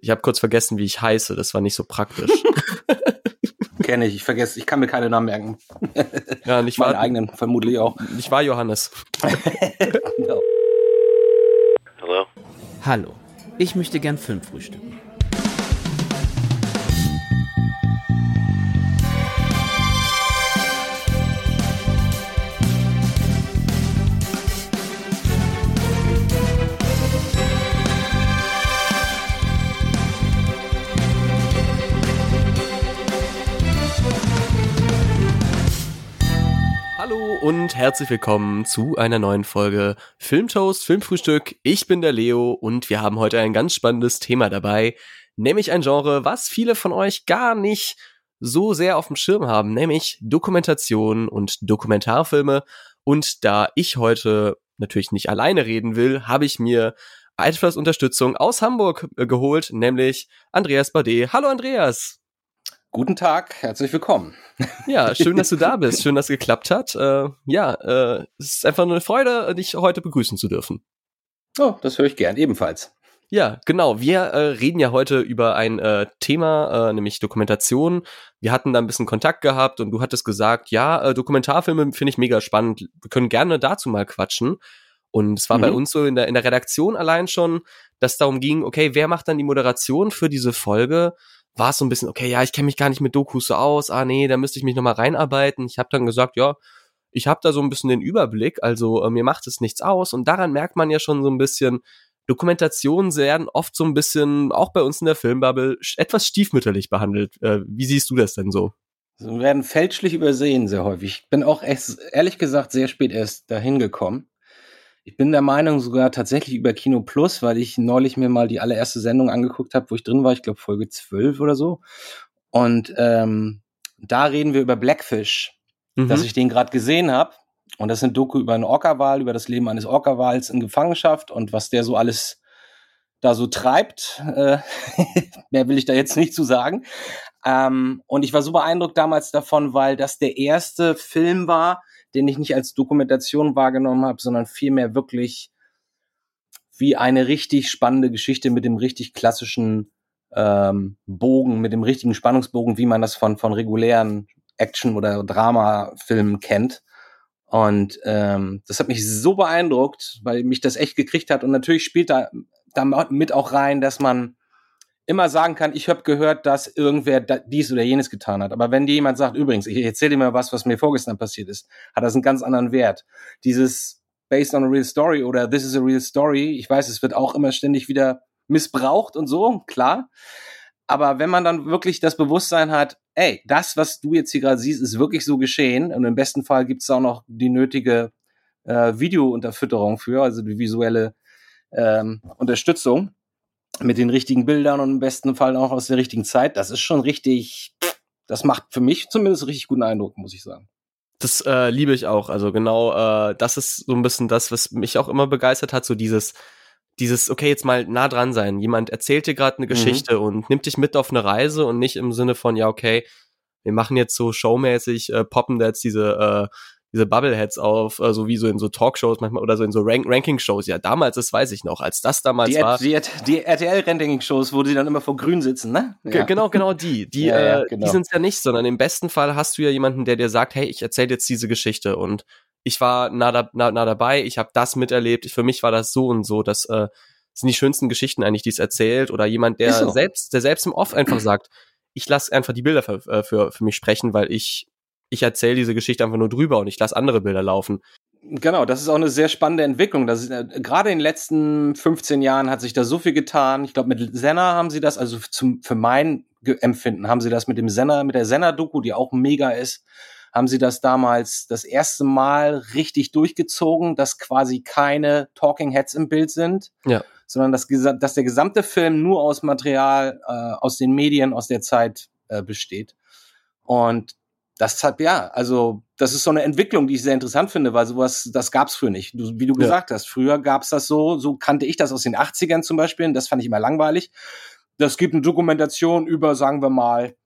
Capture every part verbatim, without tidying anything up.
Ich habe kurz vergessen, wie ich heiße. Das war nicht so praktisch. Kenne ich. Ich vergesse, ich kann mir keine Namen merken. Ja, und ich Meine war, eigenen vermutlich auch. Ich war Johannes. No. Hallo? Hallo, ich möchte gern Film frühstücken. Hallo und herzlich willkommen zu einer neuen Folge Filmtoast, Filmfrühstück. Ich bin der Leo und wir haben heute ein ganz spannendes Thema dabei, nämlich ein Genre, was viele von euch gar nicht so sehr auf dem Schirm haben, nämlich Dokumentation und Dokumentarfilme. Und da ich heute natürlich nicht alleine reden will, habe ich mir etwas Unterstützung aus Hamburg äh, geholt, nämlich Andreas Bade. Hallo Andreas! Guten Tag, herzlich willkommen. Ja, schön, dass du da bist. Schön, dass es geklappt hat. Äh, ja, äh, es ist einfach eine Freude, dich heute begrüßen zu dürfen. Oh, das höre ich gern, ebenfalls. Ja, genau. Wir äh, reden ja heute über ein äh, Thema, äh, nämlich Dokumentation. Wir hatten da ein bisschen Kontakt gehabt und du hattest gesagt, ja, äh, Dokumentarfilme finde ich mega spannend. Wir können gerne dazu mal quatschen. Und es war mhm. bei uns so in der, in der Redaktion allein schon, dass es darum ging, okay, wer macht dann die Moderation für diese Folge? War es so ein bisschen, okay, ja, ich kenne mich gar nicht mit Dokus so aus, ah nee, da müsste ich mich nochmal reinarbeiten. Ich habe dann gesagt, ja, ich habe da so ein bisschen den Überblick, also äh, mir macht es nichts aus. Und daran merkt man ja schon so ein bisschen, Dokumentationen werden oft so ein bisschen, auch bei uns in der Filmbubble, etwas stiefmütterlich behandelt. Äh, wie siehst du das denn so? Sie werden fälschlich übersehen sehr häufig. Ich bin auch erst, ehrlich gesagt sehr spät erst dahin gekommen. Ich bin der Meinung sogar tatsächlich über Kino Plus, weil ich neulich mir mal die allererste Sendung angeguckt habe, wo ich drin war, ich glaube Folge zwölf oder so. Und ähm, da reden wir über Blackfish, mhm. dass ich den gerade gesehen habe. Und das ist ein Doku über einen Orca-Wal, über das Leben eines Orca-Wals in Gefangenschaft und was der so alles da so treibt. Äh, mehr will ich da jetzt nicht zu sagen. Ähm, und ich war so beeindruckt damals davon, weil das der erste Film war, den ich nicht als Dokumentation wahrgenommen habe, sondern vielmehr wirklich wie eine richtig spannende Geschichte mit dem richtig klassischen ähm, Bogen, mit dem richtigen Spannungsbogen, wie man das von von regulären Action- oder Dramafilmen kennt. Und ähm, das hat mich so beeindruckt, weil mich das echt gekriegt hat. Und natürlich spielt da, da mit auch rein, dass man immer sagen kann, ich habe gehört, dass irgendwer da, dies oder jenes getan hat. Aber wenn dir jemand sagt, übrigens, ich erzähle dir mal was, was mir vorgestern passiert ist, hat das einen ganz anderen Wert. Dieses based on a real story oder this is a real story, ich weiß, es wird auch immer ständig wieder missbraucht und so, klar. Aber wenn man dann wirklich das Bewusstsein hat, ey, das, was du jetzt hier gerade siehst, ist wirklich so geschehen und im besten Fall gibt es auch noch die nötige äh, Video-Unterfütterung für, also die visuelle ähm, Unterstützung mit den richtigen Bildern und im besten Fall auch aus der richtigen Zeit. Das ist schon richtig, das macht für mich zumindest richtig guten Eindruck, muss ich sagen. Das äh, liebe ich auch. Also genau, äh, das ist so ein bisschen das, was mich auch immer begeistert hat, so dieses, dieses, okay, jetzt mal nah dran sein. Jemand erzählt dir gerade eine Geschichte mhm. und nimmt dich mit auf eine Reise und nicht im Sinne von, ja, okay, wir machen jetzt so showmäßig, äh, poppen da jetzt diese äh, diese Bubbleheads auf, äh, so wie so in so Talkshows manchmal oder so in so Rank- Ranking-Shows. Ja, damals, das weiß ich noch, als das damals die war. Die, die R T L-Ranking-Shows, wo die dann immer vor Grün sitzen, ne? Ja. G- genau, genau die. Die, ja, ja, äh, genau. die sind's ja nicht, sondern im besten Fall hast du ja jemanden, der dir sagt, hey, ich erzähle jetzt diese Geschichte und ich war nah, da, nah, nah dabei, ich habe das miterlebt, für mich war das so und so, das äh, sind die schönsten Geschichten eigentlich, die es erzählt oder jemand, der so. selbst, der selbst im Off einfach sagt, ich lasse einfach die Bilder für, für, für mich sprechen, weil ich ich erzähle diese Geschichte einfach nur drüber und ich lasse andere Bilder laufen. Genau, das ist auch eine sehr spannende Entwicklung. Das ist, äh, gerade in den letzten fünfzehn Jahren hat sich da so viel getan. Ich glaube, mit Senna haben sie das, also zum, für mein Empfinden haben sie das mit dem Senna, mit der Senna-Doku, die auch mega ist, haben sie das damals das erste Mal richtig durchgezogen, dass quasi keine Talking Heads im Bild sind, ja. sondern dass, dass der gesamte Film nur aus Material, äh, aus den Medien, aus der Zeit äh, besteht. Und das hat, ja, also das ist so eine Entwicklung, die ich sehr interessant finde, weil sowas, das gab's früher nicht. Du, wie du ja. gesagt hast, früher gab's das so, so kannte ich das aus den achtzigern zum Beispiel, und das fand ich immer langweilig. Das gibt eine Dokumentation über, sagen wir mal,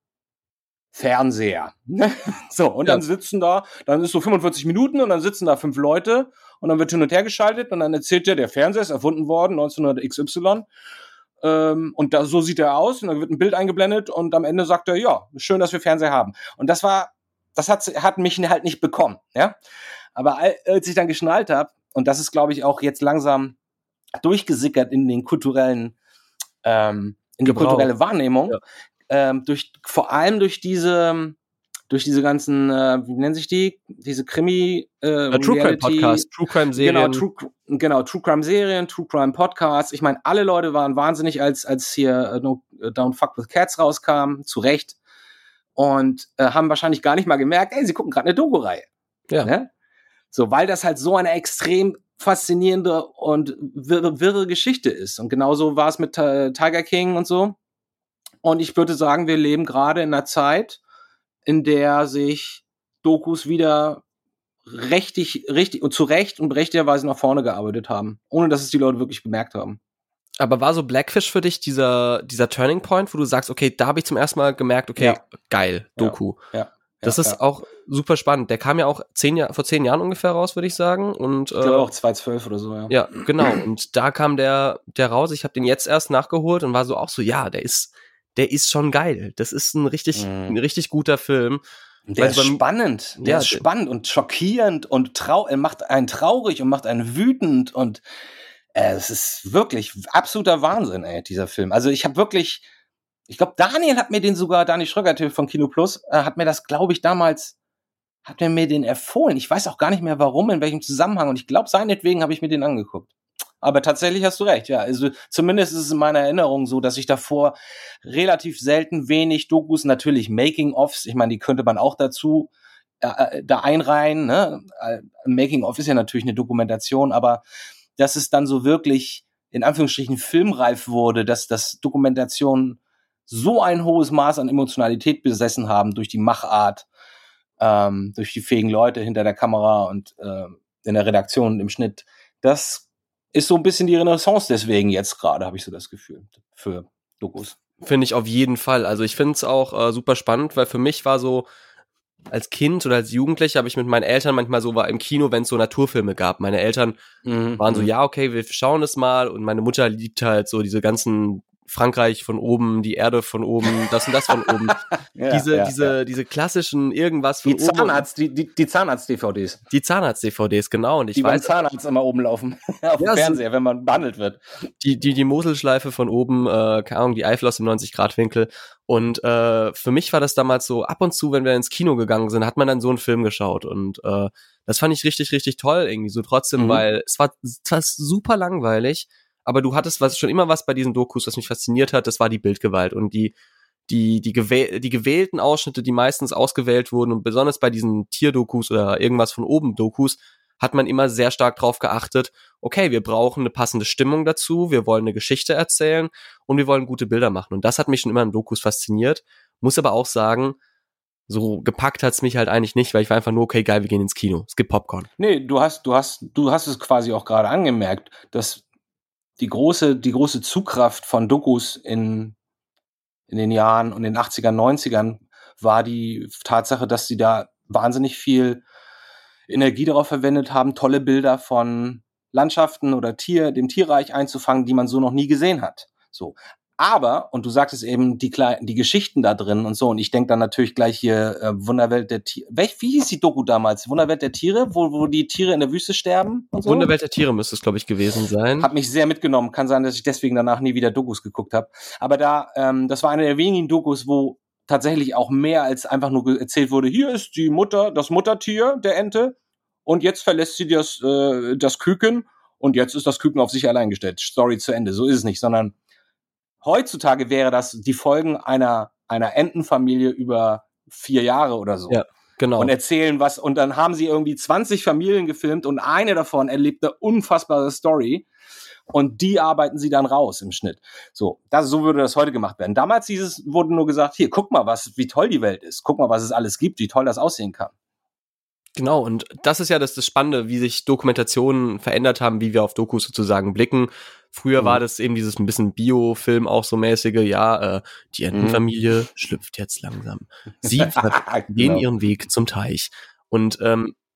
Fernseher. So, und ja. dann sitzen da, dann ist so fünfundvierzig Minuten und dann sitzen da fünf Leute und dann wird hin und her geschaltet und dann erzählt der, der Fernseher ist erfunden worden, neunzehnhundert X Y. ähm, und da, so sieht er aus und dann wird ein Bild eingeblendet und am Ende sagt er, ja, schön, dass wir Fernseher haben. Und das war, das hat, hat mich halt nicht bekommen, ja. Aber als ich dann geschnallt habe, und das ist, glaube ich, auch jetzt langsam durchgesickert in den kulturellen, ähm, in die Gebrauch. kulturelle Wahrnehmung, Ja. ähm, durch, vor allem durch diese, durch diese ganzen, äh, wie nennen sich die, diese Krimi, äh, True Crime Reality, Podcast, True Crime Serien. Genau, True, genau, True Crime Serien, True Crime Podcasts. Ich meine, alle Leute waren wahnsinnig, als als hier uh, no, uh, Don't Fuck with Cats rauskam, zu Recht, und äh, haben wahrscheinlich gar nicht mal gemerkt, ey, sie gucken gerade eine Doku-Reihe. Ja. Ne? So, weil das halt so eine extrem faszinierende und wirre, wirre Geschichte ist. Und genauso war es mit äh, Tiger King und so. Und ich würde sagen, wir leben gerade in einer Zeit, in der sich Dokus wieder richtig, richtig und zu Recht und berechtigterweise nach vorne gearbeitet haben, ohne dass es die Leute wirklich bemerkt haben. Aber war so Blackfish für dich dieser, dieser Turning Point, wo du sagst, okay, da habe ich zum ersten Mal gemerkt, okay, Ja. geil, Doku. Ja, ja, das ja, ist ja. auch super spannend. Der kam ja auch zehn Jahr, vor zehn Jahren ungefähr raus, würde ich sagen. Und, Ich glaube äh, auch zweitausendzwölf oder so, ja. Ja, genau. Und da kam der, der raus. Ich habe den jetzt erst nachgeholt und war so auch so, ja, der ist, der ist schon geil. Das ist ein richtig, Mhm. ein richtig guter Film. Der Weil ist beim- spannend, der Ja, ist der- spannend und schockierend und trau er macht einen traurig und macht einen wütend und äh, es ist wirklich absoluter Wahnsinn, ey, dieser Film. Also ich habe wirklich, ich glaube, Daniel hat mir den sogar, Dani Schröger von Kino Plus, äh, hat mir das, glaube ich, damals, hat er mir den empfohlen. Ich weiß auch gar nicht mehr warum, in welchem Zusammenhang, und ich glaube, seinetwegen habe ich mir den angeguckt. Aber tatsächlich hast du recht, ja. Also zumindest ist es in meiner Erinnerung so, dass ich davor relativ selten wenig Dokus, natürlich Making-ofs, ich meine, die könnte man auch dazu äh, da einreihen, ne? Äh, Making-of ist ja natürlich eine Dokumentation, aber dass es dann so wirklich in Anführungsstrichen filmreif wurde, dass das Dokumentation so ein hohes Maß an Emotionalität besessen haben durch die Machart, ähm, durch die fähigen Leute hinter der Kamera und äh, in der Redaktion und im Schnitt, das ist so ein bisschen die Renaissance deswegen jetzt gerade, habe ich so das Gefühl, für Dokus. Finde ich auf jeden Fall. Also ich finde es auch äh, super spannend, weil für mich war so, als Kind oder als Jugendlicher habe ich mit meinen Eltern manchmal so war im Kino, wenn es so Naturfilme gab. Meine Eltern Mhm. waren so, ja, okay, wir schauen es mal. Und meine Mutter liebt halt so diese ganzen Frankreich von oben, die Erde von oben, das und das von oben. Ja, diese, ja, diese, ja. diese klassischen irgendwas von Die oben. Zahnarzt, die, die, die Zahnarzt-D V Ds, Die Zahnarzt-D V Ds, genau. Und ich die beim weiß, Zahnarzt immer oben laufen, auf dem Ja, so- Fernseher, wenn man behandelt wird. die, die, die Moselschleife von oben, äh, keine Ahnung, die Eifel aus dem neunzig Grad Winkel. Und äh, für mich war das damals so, ab und zu, wenn wir ins Kino gegangen sind, hat man dann so einen Film geschaut. Und äh, das fand ich richtig, richtig toll irgendwie so trotzdem, Mhm. weil es war, es war super langweilig, aber du hattest was schon immer was bei diesen Dokus, was mich fasziniert hat, das war die Bildgewalt und die die die gewähl die gewählten Ausschnitte, die meistens ausgewählt wurden, und besonders bei diesen Tierdokus oder irgendwas von oben Dokus hat man immer sehr stark drauf geachtet, okay, wir brauchen eine passende Stimmung dazu, wir wollen eine Geschichte erzählen und wir wollen gute Bilder machen. Und das hat mich schon immer in Dokus fasziniert. Muss aber auch sagen, so gepackt hat's mich halt eigentlich nicht, weil ich war einfach nur, okay, geil, wir gehen ins Kino. Es gibt Popcorn. Nee, du hast, du hast, du hast es quasi auch gerade angemerkt, dass die große, die große Zugkraft von Dokus in, in den Jahren und den achtzigern, neunzigern war die Tatsache, dass sie da wahnsinnig viel Energie darauf verwendet haben, tolle Bilder von Landschaften oder Tier, dem Tierreich einzufangen, die man so noch nie gesehen hat. So. Aber, und du sagtest eben, die kleinen, die Geschichten da drin und so, und ich denke dann natürlich gleich hier, äh, Wunderwelt der Tiere. Welch, wie hieß die Doku damals? Wunderwelt der Tiere, wo, wo die Tiere in der Wüste sterben und so? Wunderwelt der Tiere müsste es, glaube ich, gewesen sein. Hat mich sehr mitgenommen. Kann sein, dass ich deswegen danach nie wieder Dokus geguckt habe. Aber da, ähm, das war eine der wenigen Dokus, wo tatsächlich auch mehr als einfach nur ge- erzählt wurde, hier ist die Mutter, das Muttertier der Ente, und jetzt verlässt sie das, äh, das Küken, und jetzt ist das Küken auf sich allein gestellt. Story zu Ende. So ist es nicht, sondern heutzutage wäre das die Folgen einer, einer Entenfamilie über vier Jahre oder so. Ja, genau. Und erzählen was, und dann haben sie irgendwie zwanzig Familien gefilmt und eine davon erlebt eine unfassbare Story und die arbeiten sie dann raus im Schnitt. So, das, so würde das heute gemacht werden. Damals dieses, wurde nur gesagt, hier, guck mal, was, wie toll die Welt ist. Guck mal, was es alles gibt, wie toll das aussehen kann. Genau, und das ist ja das, das Spannende, wie sich Dokumentationen verändert haben, wie wir auf Dokus sozusagen blicken. Früher Mhm. war das eben dieses ein bisschen Bio-Film auch so mäßige, ja, äh, die Entenfamilie schlüpft jetzt langsam. Sie ver- gehen Genau. ihren Weg zum Teich. Und ähm,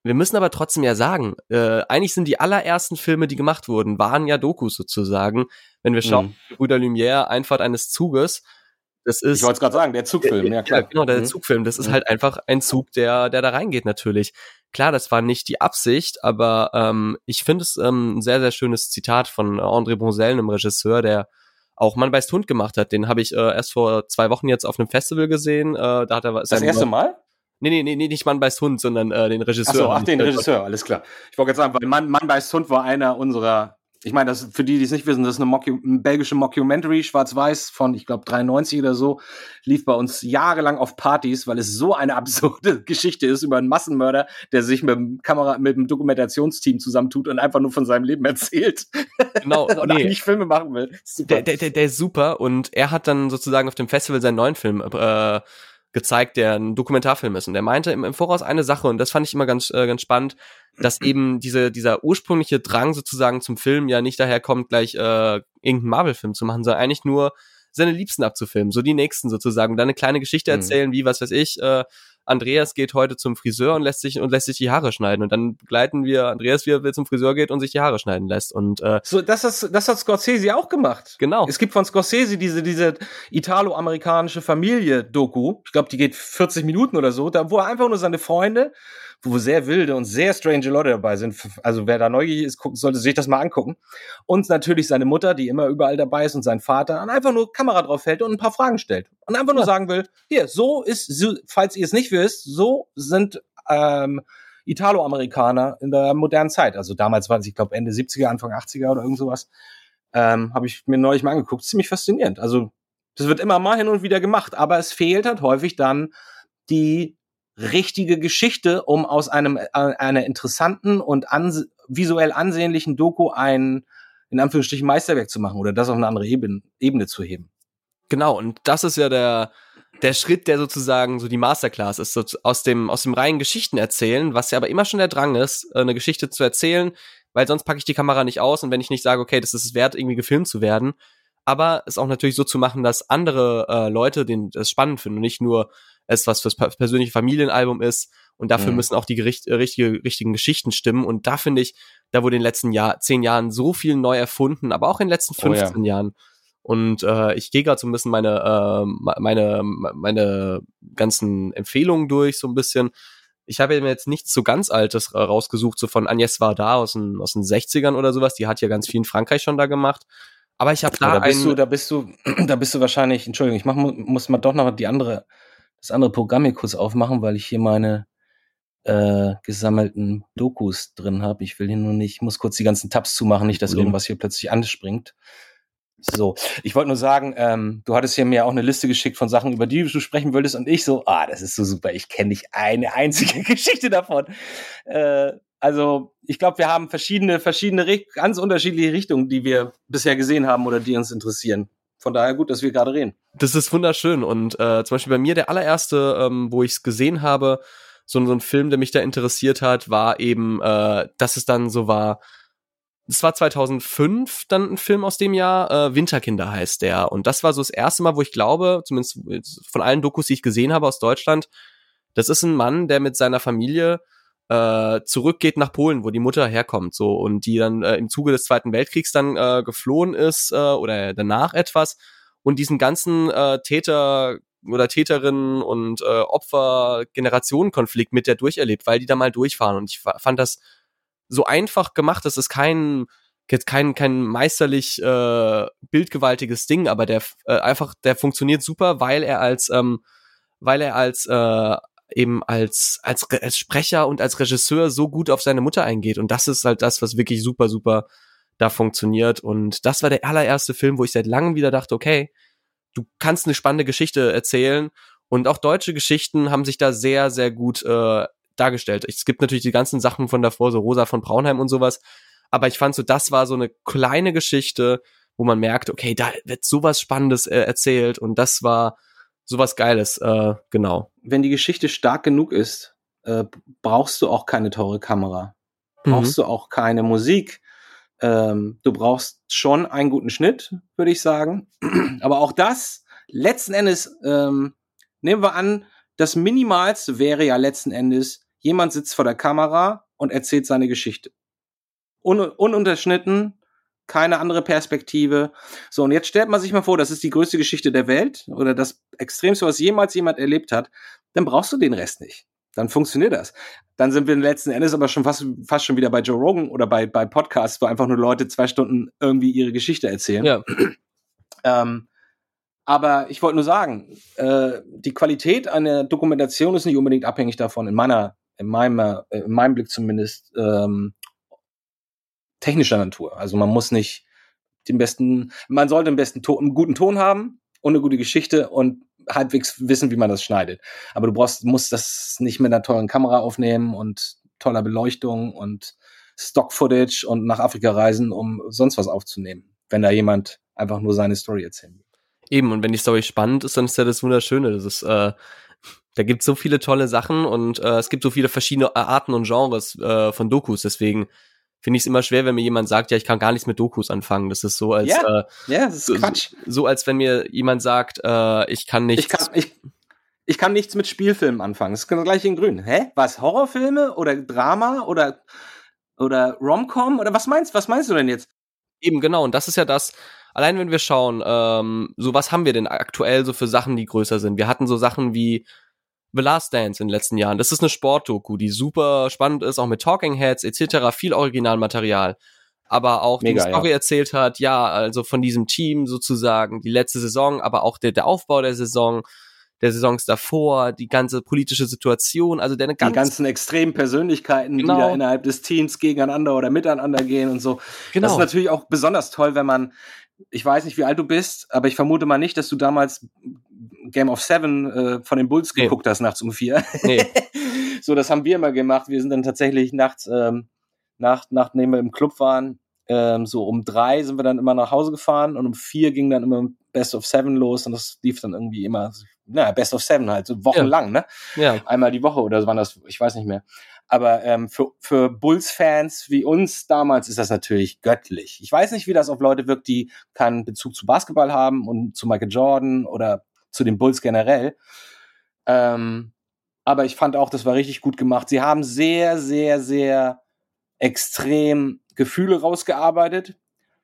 wir müssen aber trotzdem ja sagen, äh, eigentlich sind die allerersten Filme, die gemacht wurden, waren ja Dokus sozusagen. Wenn wir schauen, mhm. Brüder Lumière, Einfahrt eines Zuges, das ist... Ich wollte es gerade sagen, der Zugfilm, ja klar. Ja, genau, der mhm. Zugfilm, das ist mhm. halt einfach ein Zug, der der da reingeht natürlich. Klar, das war nicht die Absicht, aber ähm, ich finde es ähm, ein sehr, sehr schönes Zitat von André Bronzell, einem Regisseur, der auch Mann beißt Hund gemacht hat. Den habe ich äh, erst vor zwei Wochen jetzt auf einem Festival gesehen. Äh, da hat er das erste Mal? Nee, nee, nee, nicht Mann beißt Hund, sondern äh, den Regisseur. Ach so, ach, den Regisseur, alles klar. Ich wollte jetzt sagen, weil Mann, Mann beißt Hund war einer unserer, ich meine, das für die, die es nicht wissen, das ist eine, Mocku- eine belgische Mockumentary, schwarz-weiß von, ich glaube, dreiundneunzig oder so, lief bei uns jahrelang auf Partys, weil es so eine absurde Geschichte ist über einen Massenmörder, der sich mit dem Kamera, mit dem Dokumentationsteam zusammentut und einfach nur von seinem Leben erzählt. Genau, und nee. eigentlich Filme machen will. Super. Der, der, der ist super und er hat dann sozusagen auf dem Festival seinen neuen Film äh, gezeigt, der ein Dokumentarfilm ist. Und er meinte im, im Voraus eine Sache, und das fand ich immer ganz äh, ganz spannend, dass eben diese dieser ursprüngliche Drang sozusagen zum Film ja nicht daherkommt, gleich äh, irgendeinen Marvel-Film zu machen, sondern eigentlich nur seine Liebsten abzufilmen, so die Nächsten sozusagen, und dann eine kleine Geschichte mhm. erzählen, wie, was weiß ich, äh, Andreas geht heute zum Friseur und lässt sich und lässt sich die Haare schneiden, und dann begleiten wir Andreas, wie er zum Friseur geht und sich die Haare schneiden lässt. Und äh, so, das hat das hat Scorsese auch gemacht. Genau. Es gibt von Scorsese diese diese italo-amerikanische Familie-Doku. Ich glaube, die geht vierzig Minuten oder so, da wo er einfach nur seine Freunde, wo sehr wilde und sehr strange Leute dabei sind. Also wer da neugierig ist, sollte sich das mal angucken. Und natürlich seine Mutter, die immer überall dabei ist, und sein Vater, und einfach nur Kamera drauf hält und ein paar Fragen stellt. Und einfach nur ja. sagen will, hier, so ist, so, falls ihr es nicht wisst, so sind ähm, Italo-Amerikaner in der modernen Zeit. Also damals war es, ich glaube, Ende siebziger, Anfang achtziger oder irgend sowas. Ähm, habe ich mir neulich mal angeguckt. Ziemlich faszinierend. Also das wird immer mal hin und wieder gemacht, aber es fehlt halt häufig dann die richtige Geschichte, um aus einem äh, einer interessanten und ans- visuell ansehnlichen Doku ein, in Anführungsstrichen, Meisterwerk zu machen oder das auf eine andere Ebene, Ebene zu heben. Genau, und das ist ja der der Schritt, der sozusagen so die Masterclass ist, so aus dem aus dem reinen Geschichten erzählen, was ja aber immer schon der Drang ist, eine Geschichte zu erzählen, weil sonst packe ich die Kamera nicht aus, und wenn ich nicht sage, okay, das ist es wert, irgendwie gefilmt zu werden, aber es auch natürlich so zu machen, dass andere äh, Leute den das spannend finden und nicht nur es was fürs persönliche Familienalbum ist, und dafür mhm. müssen auch die gericht, äh, richtige, richtigen Geschichten stimmen, und da finde ich, da wurde in den letzten Jahr, zehn Jahren so viel neu erfunden, aber auch in den letzten fünfzehn oh, ja. Jahren. Und äh, ich gehe gerade so ein bisschen meine äh, meine meine ganzen Empfehlungen durch, so ein bisschen. Ich habe mir jetzt nichts so ganz Altes äh, rausgesucht, so von Agnès Varda aus den aus den sechzigern oder sowas. Die hat ja ganz viel in Frankreich schon da gemacht. Aber ich habe da, da bist einen, du, da bist du, da bist du wahrscheinlich. Entschuldigung, ich mach, muss mal doch noch die andere, das andere Programm hier kurz aufmachen, weil ich hier meine äh, gesammelten Dokus drin habe. Ich will hier nur nicht, ich muss kurz die ganzen Tabs zumachen, nicht, dass mhm. irgendwas hier plötzlich anspringt. So, ich wollte nur sagen, ähm, du hattest hier mir auch eine Liste geschickt von Sachen, über die du sprechen wolltest, und ich so, ah, das ist so super, ich kenne nicht eine einzige Geschichte davon. Äh, also, ich glaube, wir haben verschiedene, verschiedene, ganz unterschiedliche Richtungen, die wir bisher gesehen haben oder die uns interessieren. Von daher gut, dass wir gerade reden. Das ist wunderschön, und äh, zum Beispiel bei mir der allererste, ähm, wo ich es gesehen habe, so, so ein Film, der mich da interessiert hat, war eben, äh, dass es dann so war, es war zweitausendfünf dann ein Film aus dem Jahr, äh, Winterkinder heißt der. Und das war so das erste Mal, wo ich glaube, zumindest von allen Dokus, die ich gesehen habe aus Deutschland, das ist ein Mann, der mit seiner Familie äh, zurückgeht nach Polen, wo die Mutter herkommt, so, und die dann äh, im Zuge des Zweiten Weltkriegs dann äh, geflohen ist äh, oder danach etwas, und diesen ganzen äh, Täter oder Täterinnen und äh, Opfer-Generationen-Konflikt mit der durcherlebt, weil die da mal durchfahren. Und ich fand das so einfach gemacht, das ist kein jetzt kein kein meisterlich äh, bildgewaltiges Ding, aber der äh, einfach der funktioniert super, weil er als ähm, weil er als äh, eben als als als Sprecher und als Regisseur so gut auf seine Mutter eingeht, und das ist halt das, was wirklich super super da funktioniert. Und das war der allererste Film, wo ich seit langem wieder dachte, okay, du kannst eine spannende Geschichte erzählen, und auch deutsche Geschichten haben sich da sehr sehr gut äh, dargestellt. Es gibt natürlich die ganzen Sachen von davor, so Rosa von Braunheim und sowas, aber ich fand so, das war so eine kleine Geschichte, wo man merkt, okay, da wird sowas Spannendes äh, erzählt, und das war sowas Geiles, äh, genau. Wenn die Geschichte stark genug ist, äh, brauchst du auch keine teure Kamera. Brauchst mhm. du auch keine Musik. Ähm, du brauchst schon einen guten Schnitt, würde ich sagen. Aber auch das, letzten Endes, ähm, nehmen wir an, das Minimalste wäre ja letzten Endes, jemand sitzt vor der Kamera und erzählt seine Geschichte. Un- ununterschnitten, keine andere Perspektive. So, und jetzt stellt man sich mal vor, das ist die größte Geschichte der Welt oder das Extremste, was jemals jemand erlebt hat, dann brauchst du den Rest nicht. Dann funktioniert das. Dann sind wir letzten Endes aber schon fast, fast schon wieder bei Joe Rogan oder bei, bei Podcasts, wo einfach nur Leute zwei Stunden irgendwie ihre Geschichte erzählen. Ja. ähm, aber ich wollte nur sagen, äh, die Qualität einer Dokumentation ist nicht unbedingt abhängig davon, in meiner, in meinem, äh, in meinem Blick zumindest, ähm, technischer Natur. Also man muss nicht den besten, man sollte den besten Ton, einen guten Ton haben und eine gute Geschichte und halbwegs wissen, wie man das schneidet. Aber du brauchst, musst das nicht mit einer teuren Kamera aufnehmen und toller Beleuchtung und Stock-Footage und nach Afrika reisen, um sonst was aufzunehmen, wenn da jemand einfach nur seine Story erzählen will. Eben, und wenn die Story spannend ist, dann ist ja das Wunderschöne. Das ist, äh, da gibt es so viele tolle Sachen und äh, es gibt so viele verschiedene Arten und Genres äh, von Dokus, deswegen finde ich es immer schwer, wenn mir jemand sagt, ja, ich kann gar nichts mit Dokus anfangen. Das ist so, als Ja, äh, ja, das ist so, Quatsch. So, so als wenn mir jemand sagt, äh, ich kann nichts. Ich kann, ich, ich kann nichts mit Spielfilmen anfangen. Das ist genau gleich in Grün. Hä? Was? Horrorfilme oder Drama oder oder Rom-Com oder was meinst? Was meinst du denn jetzt? Eben genau. Und das ist ja das. Allein wenn wir schauen, ähm, so was haben wir denn aktuell so für Sachen, die größer sind? Wir hatten so Sachen wie The Last Dance in den letzten Jahren. Das ist eine Sportdoku, die super spannend ist, auch mit Talking Heads et cetera, viel Originalmaterial. Aber auch Mega, die Story ja. erzählt hat, ja, also von diesem Team sozusagen, die letzte Saison, aber auch der, der Aufbau der Saison, der Saisons davor, die ganze politische Situation, also der eine Die ganz, ganzen extremen Persönlichkeiten, Genau. die da innerhalb des Teams gegeneinander oder miteinander gehen und so. Genau. Das ist natürlich auch besonders toll, wenn man, ich weiß nicht, wie alt du bist, aber ich vermute mal nicht, dass du damals Game of Seven äh, von den Bulls Nee. geguckt hast nachts um vier. Nee. So, das haben wir immer gemacht. Wir sind dann tatsächlich nachts, ähm, nach, nachdem wir im Club waren, ähm, so um drei sind wir dann immer nach Hause gefahren und um vier ging dann immer Best of Seven los und das lief dann irgendwie immer, naja, Best of Seven halt, so wochenlang, ne? Ja. Einmal die Woche oder so waren das, ich weiß nicht mehr. Aber ähm, für, für Bulls-Fans wie uns damals ist das natürlich göttlich. Ich weiß nicht, wie das auf Leute wirkt, die keinen Bezug zu Basketball haben und zu Michael Jordan oder zu den Bulls generell. Ähm, aber ich fand auch, das war richtig gut gemacht. Sie haben sehr, sehr, sehr extrem Gefühle rausgearbeitet.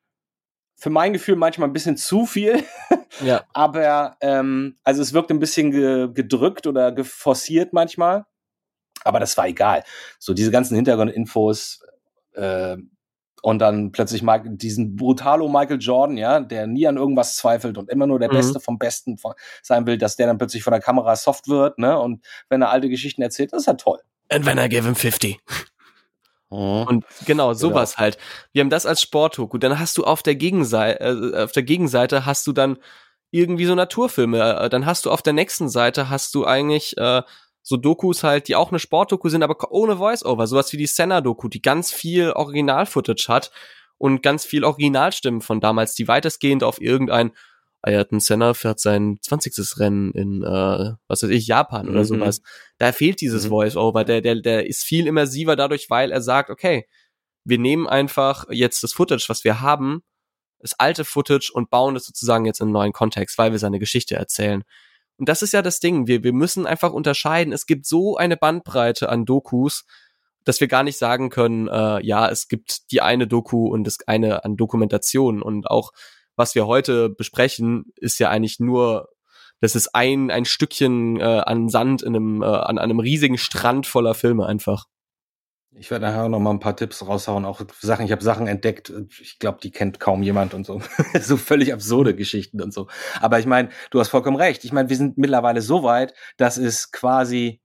Für mein Gefühl manchmal ein bisschen zu viel. Ja. Aber ähm, also es wirkt ein bisschen ge- gedrückt oder geforciert manchmal. Aber das war egal. So diese ganzen Hintergrundinfos äh, und dann plötzlich Mike, diesen brutalo Michael Jordan, ja, der nie an irgendwas zweifelt und immer nur der Mhm. Beste vom Besten von, sein will, dass der dann plötzlich von der Kamera soft wird, ne? Und wenn er alte Geschichten erzählt, das ist ja toll. And when I give him fifty. Mhm. Und genau, sowas halt. Wir haben das als Sportdoku. Dann hast du auf der Gegenseite, äh, auf der Gegenseite hast du dann irgendwie so Naturfilme. Äh, dann hast du auf der nächsten Seite hast du eigentlich äh, so Dokus halt, die auch eine Sportdoku sind, aber ohne Voice-Over. Sowas wie die Senna-Doku, die ganz viel Original-Footage hat und ganz viel Originalstimmen von damals, die weitestgehend auf irgendein Ayrton Senna fährt sein zwanzigstes Rennen in, äh, was weiß ich, Japan oder Mhm. sowas. Da fehlt dieses Mhm. Voice-Over. Der, der, der ist viel immersiver dadurch, weil er sagt, okay, wir nehmen einfach jetzt das Footage, was wir haben, das alte Footage und bauen es sozusagen jetzt in einen neuen Kontext, weil wir seine Geschichte erzählen. Und das ist ja das Ding. Wir, wir müssen einfach unterscheiden. Es gibt so eine Bandbreite an Dokus, dass wir gar nicht sagen können, äh, ja, es gibt die eine Doku und das eine an Dokumentation. Und auch was wir heute besprechen, ist ja eigentlich nur, das ist ein ein Stückchen äh, an Sand in einem äh, an einem riesigen Strand voller Filme einfach. Ich werde nachher noch mal ein paar Tipps raushauen, auch Sachen, ich habe Sachen entdeckt, ich glaube, die kennt kaum jemand und so. So völlig absurde Geschichten und so. Aber ich meine, du hast vollkommen recht. Ich meine, wir sind mittlerweile so weit, dass es quasi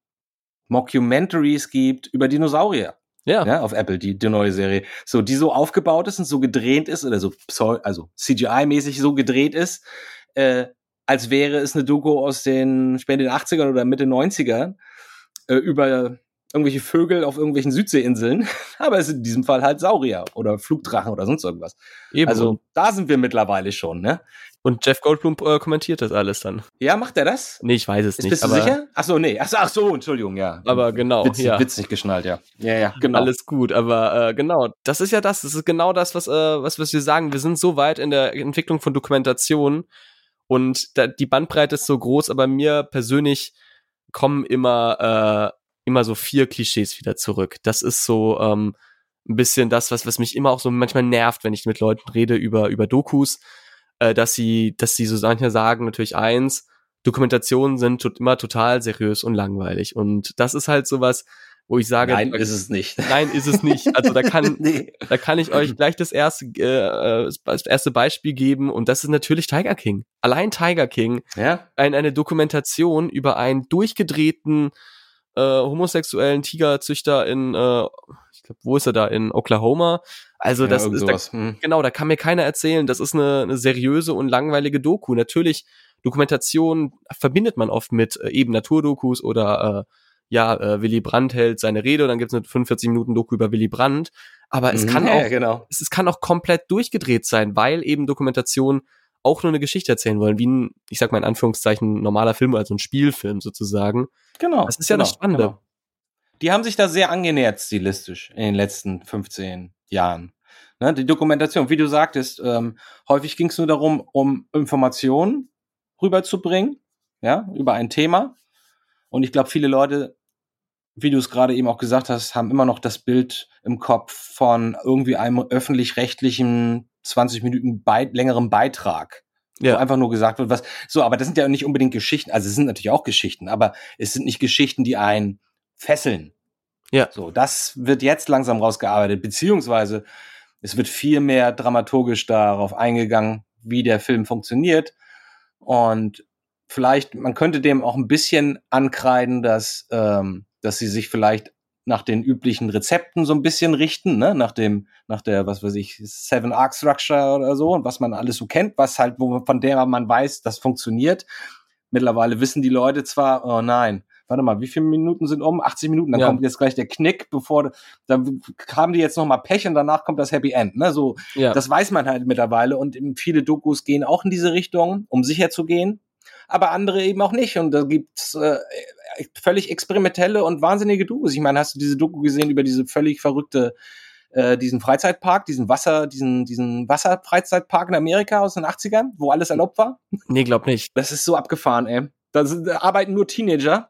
Mockumentaries gibt über Dinosaurier. Ja. Ja, auf Apple, die, die neue Serie. So, die so aufgebaut ist und so gedreht ist, oder so, also C G I-mäßig so gedreht ist, äh, als wäre es eine Doku aus den späten achtzigern oder Mitte neunzigern, äh, über irgendwelche Vögel auf irgendwelchen Südseeinseln, aber es ist in diesem Fall halt Saurier oder Flugdrachen oder sonst irgendwas. Eben. Also, da sind wir mittlerweile schon, ne? Und Jeff Goldblum äh, kommentiert das alles dann. Ja, macht er das? Nee, ich weiß es Ist, nicht. bist du aber, sicher? Ach so, nee. Ach so, ach so, Entschuldigung, ja. Aber genau, Witz, ja. Witz nicht geschnallt, ja. Ja, ja, genau. Alles gut, aber äh, genau, das ist ja das, das ist genau das, was, äh, was, was wir sagen. Wir sind so weit in der Entwicklung von Dokumentation und da, die Bandbreite ist so groß, aber mir persönlich kommen immer immer so vier Klischees wieder zurück. Das ist so ähm, ein bisschen das, was was mich immer auch so manchmal nervt, wenn ich mit Leuten rede über über Dokus, äh, dass sie dass sie so manchmal sagen, natürlich eins, Dokumentationen sind tot, immer total seriös und langweilig. Und das ist halt sowas, wo ich sage, Nein, ist es nicht. Nein, ist es nicht. Also da kann nee. da kann ich euch gleich das erste äh, das erste Beispiel geben, und das ist natürlich Tiger King. Allein Tiger King, ja? ein, eine Dokumentation über einen durchgedrehten äh, homosexuellen Tigerzüchter in, äh, ich glaube, wo ist er da? In Oklahoma. Also Ja, das irgend ist da, sowas. Hm. genau, da kann mir keiner erzählen, das ist eine, eine seriöse und langweilige Doku. Natürlich, Dokumentation verbindet man oft mit äh, eben Naturdokus oder äh, ja, äh, Willy Brandt hält seine Rede und dann gibt's eine fünfundvierzig Minuten Doku über Willy Brandt. Aber es Mhm, kann ja, auch, genau. es, es kann auch komplett durchgedreht sein, weil eben Dokumentationen auch nur eine Geschichte erzählen wollen, wie ein, ich sag mal in Anführungszeichen, normaler Film, also ein Spielfilm sozusagen. Genau. Das ist ja genau, das Spannende. Genau. Die haben sich da sehr angenähert stilistisch in den letzten fünfzehn Jahren. Ne, die Dokumentation, wie du sagtest, ähm, häufig ging es nur darum, um Informationen rüberzubringen, ja, über ein Thema. Und ich glaube, viele Leute, wie du es gerade eben auch gesagt hast, haben immer noch das Bild im Kopf von irgendwie einem öffentlich-rechtlichen zwanzig Minuten Be- längeren Beitrag. Ja. Wo einfach nur gesagt wird, was, so, aber das sind ja nicht unbedingt Geschichten, also es sind natürlich auch Geschichten, aber es sind nicht Geschichten, die einen fesseln. Ja. So, das wird jetzt langsam rausgearbeitet, beziehungsweise es wird viel mehr dramaturgisch darauf eingegangen, wie der Film funktioniert. Und vielleicht, man könnte dem auch ein bisschen ankreiden, dass, ähm, dass sie sich vielleicht nach den üblichen Rezepten so ein bisschen richten, ne, nach dem, nach der, was weiß ich, Seven Arc Structure oder so, und was man alles so kennt, was halt, wo, von der man weiß, das funktioniert. Mittlerweile wissen die Leute zwar, oh nein, warte mal, wie viele Minuten sind um? achtzig Minuten, dann Ja. kommt jetzt gleich der Knick, bevor, dann haben die jetzt noch mal Pech und danach kommt das Happy End, ne, so, Ja. das weiß man halt mittlerweile, und viele Dokus gehen auch in diese Richtung, um sicher zu gehen, aber andere eben auch nicht, und da gibt's äh, völlig experimentelle und wahnsinnige Dokus. Ich meine, hast du diese Doku gesehen über diese völlig verrückte, äh, diesen Freizeitpark, diesen Wasser, diesen, diesen Wasserfreizeitpark in Amerika aus den achtzigern, wo alles erlaubt war? Nee, glaub nicht. Das ist so abgefahren, ey. Da, sind, da arbeiten nur Teenager.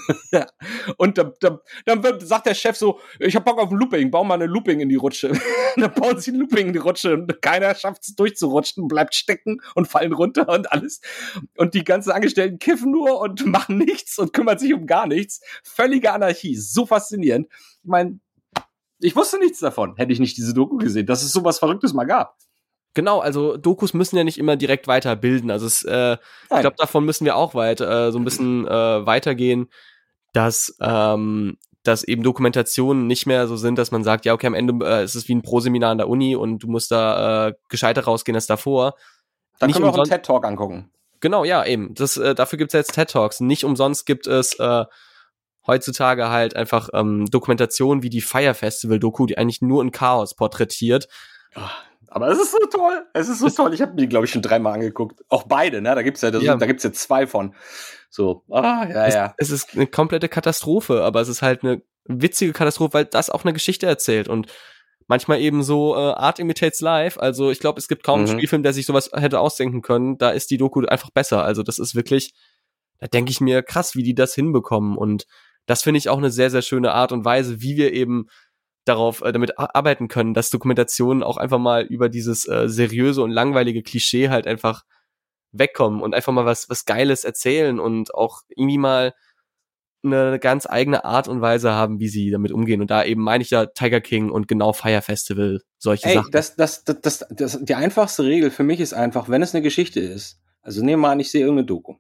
Und da, da, dann wird, sagt der Chef so, ich hab Bock auf ein Looping, bau mal eine Looping in die Rutsche. Dann bauen sie ein Looping in die Rutsche und keiner schafft es durchzurutschen, bleibt stecken und fallen runter und alles. Und die ganzen Angestellten kiffen nur und machen nichts und kümmern sich um gar nichts. Völlige Anarchie, so faszinierend. Ich meine, ich wusste nichts davon, hätte ich nicht diese Doku gesehen, dass es sowas Verrücktes mal gab. Genau, also Dokus müssen ja nicht immer direkt weiterbilden. Also es, äh, ich glaube, davon müssen wir auch weit äh, so ein bisschen äh, weitergehen, dass ähm, dass eben Dokumentationen nicht mehr so sind, dass man sagt, ja okay, am Ende äh, ist es wie ein Pro-Seminar an der Uni und du musst da äh, gescheiter rausgehen als davor. Dann Nicht können wir auch einen umsonst- TED-Talk angucken. Genau, ja, eben. Das, äh, dafür gibt's ja jetzt TED Talks. Nicht umsonst gibt es äh, heutzutage halt einfach ähm, Dokumentationen wie die Fire Festival Doku, die eigentlich nur ein Chaos porträtiert. Aber es ist so toll. Es ist so toll. Ich habe mir, glaube ich, schon dreimal angeguckt. Auch beide, ne? Da gibt's ja, das, Ja. da gibt's ja zwei von. So, ah, ja, es, ja. es ist eine komplette Katastrophe, aber es ist halt eine witzige Katastrophe, weil das auch eine Geschichte erzählt und manchmal eben so äh, Art imitates life. Also ich glaube, es gibt kaum einen Mhm. Spielfilm, der sich sowas hätte ausdenken können. Da ist die Doku einfach besser. Also das ist wirklich, da denke ich mir, krass, wie die das hinbekommen. Und das finde ich auch eine sehr, sehr schöne Art und Weise, wie wir eben darauf äh, damit a- arbeiten können, dass Dokumentationen auch einfach mal über dieses äh, seriöse und langweilige Klischee halt einfach wegkommen und einfach mal was was Geiles erzählen und auch irgendwie mal eine ganz eigene Art und Weise haben, wie sie damit umgehen. Und da eben meine ich ja Tiger King und genau Fire Festival, solche Ey, Sachen. das, das, das, das, das, die einfachste Regel für mich ist einfach, wenn es eine Geschichte ist, also nehmen wir an, ich sehe irgendeine Doku.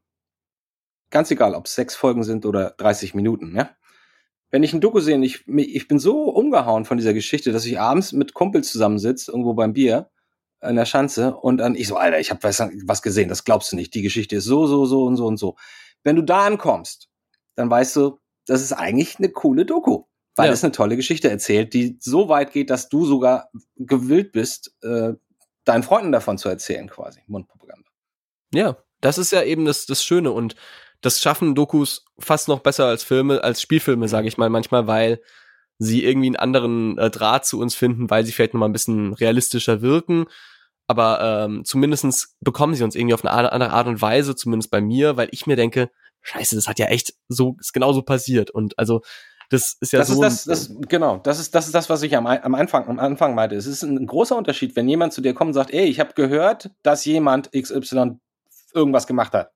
Ganz egal, ob es sechs Folgen sind oder dreißig Minuten, ja. Wenn ich ein Doku sehe und ich, ich bin so umgehauen von dieser Geschichte, dass ich abends mit Kumpels zusammensitze, irgendwo beim Bier, in der Schanze, und dann ich so, Alter, ich habe was, was gesehen, das glaubst du nicht, die Geschichte ist so, so, so und so und so. Wenn du da ankommst, dann weißt du, das ist eigentlich eine coole Doku, weil Ja. es eine tolle Geschichte erzählt, die so weit geht, dass du sogar gewillt bist, äh, deinen Freunden davon zu erzählen, quasi. Mundpropaganda. Ja, das ist ja eben das, das Schöne und das schaffen Dokus fast noch besser als Filme, als Spielfilme, sage ich mal manchmal, weil sie irgendwie einen anderen äh, Draht zu uns finden, weil sie vielleicht noch mal ein bisschen realistischer wirken, aber ähm, zumindestens bekommen sie uns irgendwie auf eine a- andere Art und Weise, zumindest bei mir, weil ich mir denke, scheiße, das hat ja echt so, ist genauso passiert und also Das ist ja das so. Ist das, das, genau, das ist, das ist das, was ich am, am, Anfang, am Anfang meinte. Es ist ein großer Unterschied, wenn jemand zu dir kommt und sagt, ey, ich habe gehört, dass jemand X Y irgendwas gemacht hat.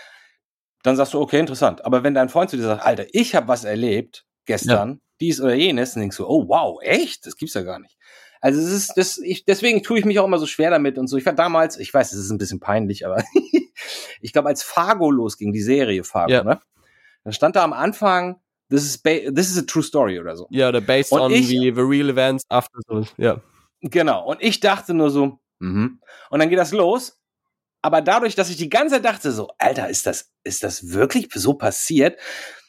Dann sagst du, okay, interessant. Aber wenn dein Freund zu dir sagt, Alter, ich habe was erlebt gestern, ja. dies oder jenes, dann denkst du, oh wow, echt? Das gibt's ja gar nicht. Also es ist, das, ich, deswegen tue ich mich auch immer so schwer damit und so. Ich war damals, ich weiß, es ist ein bisschen peinlich, aber ich glaube, als Fargo losging, die Serie Fargo, ja. ne? Dann stand da am Anfang, this is, ba- this is a true story oder so. Ja, oder based und on ich, the, the real events after, so, ja. Genau. Und ich dachte nur so, mhm. Und dann geht das los. Aber dadurch, dass ich die ganze Zeit dachte so, Alter, ist das, ist das wirklich so passiert,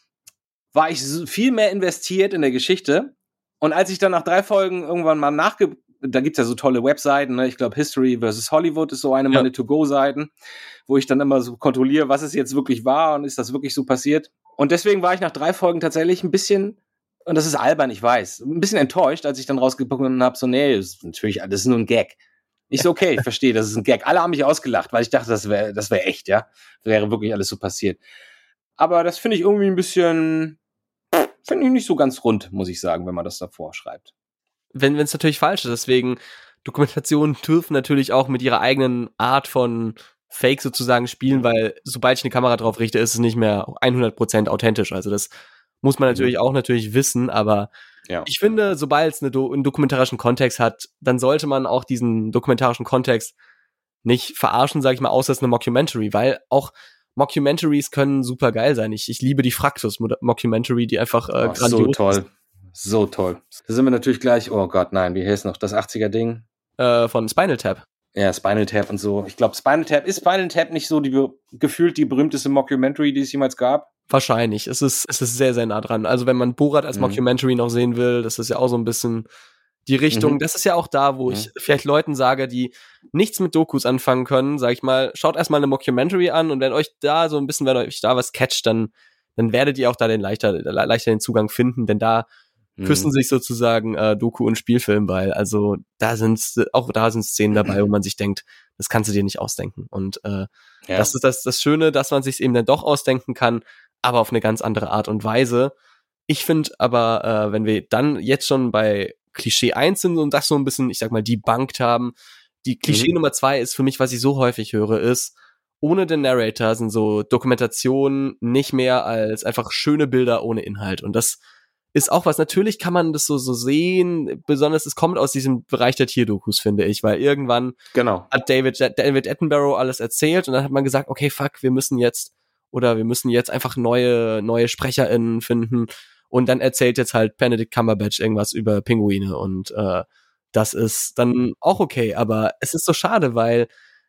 war ich so viel mehr investiert in der Geschichte. Und als ich dann nach drei Folgen irgendwann mal nachge... Da gibt's ja so tolle Webseiten, ne? Ich glaube, History versus Hollywood ist so eine ja. meiner To-Go-Seiten, wo ich dann immer so kontrolliere, was es jetzt wirklich war und ist das wirklich so passiert. Und deswegen war ich nach drei Folgen tatsächlich ein bisschen, und das ist albern, ich weiß, ein bisschen enttäuscht, als ich dann rausgekommen habe, so, nee, das ist natürlich, das ist nur ein Gag. Ich so, okay, ich verstehe, das ist ein Gag. Alle haben mich ausgelacht, weil ich dachte, das wäre das wäre echt, ja. Wäre wirklich alles so passiert. Aber das finde ich irgendwie ein bisschen, finde ich nicht so ganz rund, muss ich sagen, wenn man das davor schreibt. Wenn es natürlich falsch ist, deswegen Dokumentationen dürfen natürlich auch mit ihrer eigenen Art von Fake sozusagen spielen, weil sobald ich eine Kamera drauf richte, ist es nicht mehr hundert Prozent authentisch. Also das muss man natürlich mhm. auch natürlich wissen, aber ja. ich finde, sobald es eine Do- einen dokumentarischen Kontext hat, dann sollte man auch diesen dokumentarischen Kontext nicht verarschen, sage ich mal, außer es ist eine Mockumentary, weil auch Mockumentaries können super geil sein. Ich, ich liebe die Fraktus-Mockumentary, die einfach äh, oh, grandios so toll. ist. So toll. Da sind wir natürlich gleich, oh Gott, nein, wie heißt noch das achtziger-Ding? Äh, von Spinal Tap. Ja, Spinal Tap und so. Ich glaube, Spinal Tap, ist Spinal Tap nicht so die gefühlt die berühmteste Mockumentary, die es jemals gab? Wahrscheinlich. Es ist, es ist sehr, sehr nah dran. Also wenn man Borat als mhm. Mockumentary noch sehen will, das ist ja auch so ein bisschen die Richtung. Mhm. Das ist ja auch da, wo mhm. ich vielleicht Leuten sage, die nichts mit Dokus anfangen können, sag ich mal, schaut erstmal eine Mockumentary an und wenn euch da so ein bisschen, wenn euch da was catcht, dann, dann werdet ihr auch da den leichter, leichter den Zugang finden, denn da küssen sich sozusagen äh, Doku und Spielfilm, weil also da sind auch da sind Szenen dabei, wo man sich denkt, das kannst du dir nicht ausdenken. Und äh, ja. das ist das das Schöne, dass man sich eben dann doch ausdenken kann, aber auf eine ganz andere Art und Weise. Ich finde aber, äh, wenn wir dann jetzt schon bei Klischee eins sind und das so ein bisschen, ich sag mal, debunked haben, die Klischee mhm. Nummer zwei ist für mich, was ich so häufig höre, ist, ohne den Narrator sind so Dokumentationen nicht mehr als einfach schöne Bilder ohne Inhalt. Und das ist auch was, natürlich kann man das so so sehen, besonders es kommt aus diesem Bereich der Tierdokus, finde ich, weil irgendwann genau. hat David David Attenborough alles erzählt und dann hat man gesagt, okay, fuck, wir müssen jetzt oder wir müssen jetzt einfach neue neue SprecherInnen finden und dann erzählt jetzt halt Benedict Cumberbatch irgendwas über Pinguine und äh, das ist dann auch okay, aber es ist so schade, weil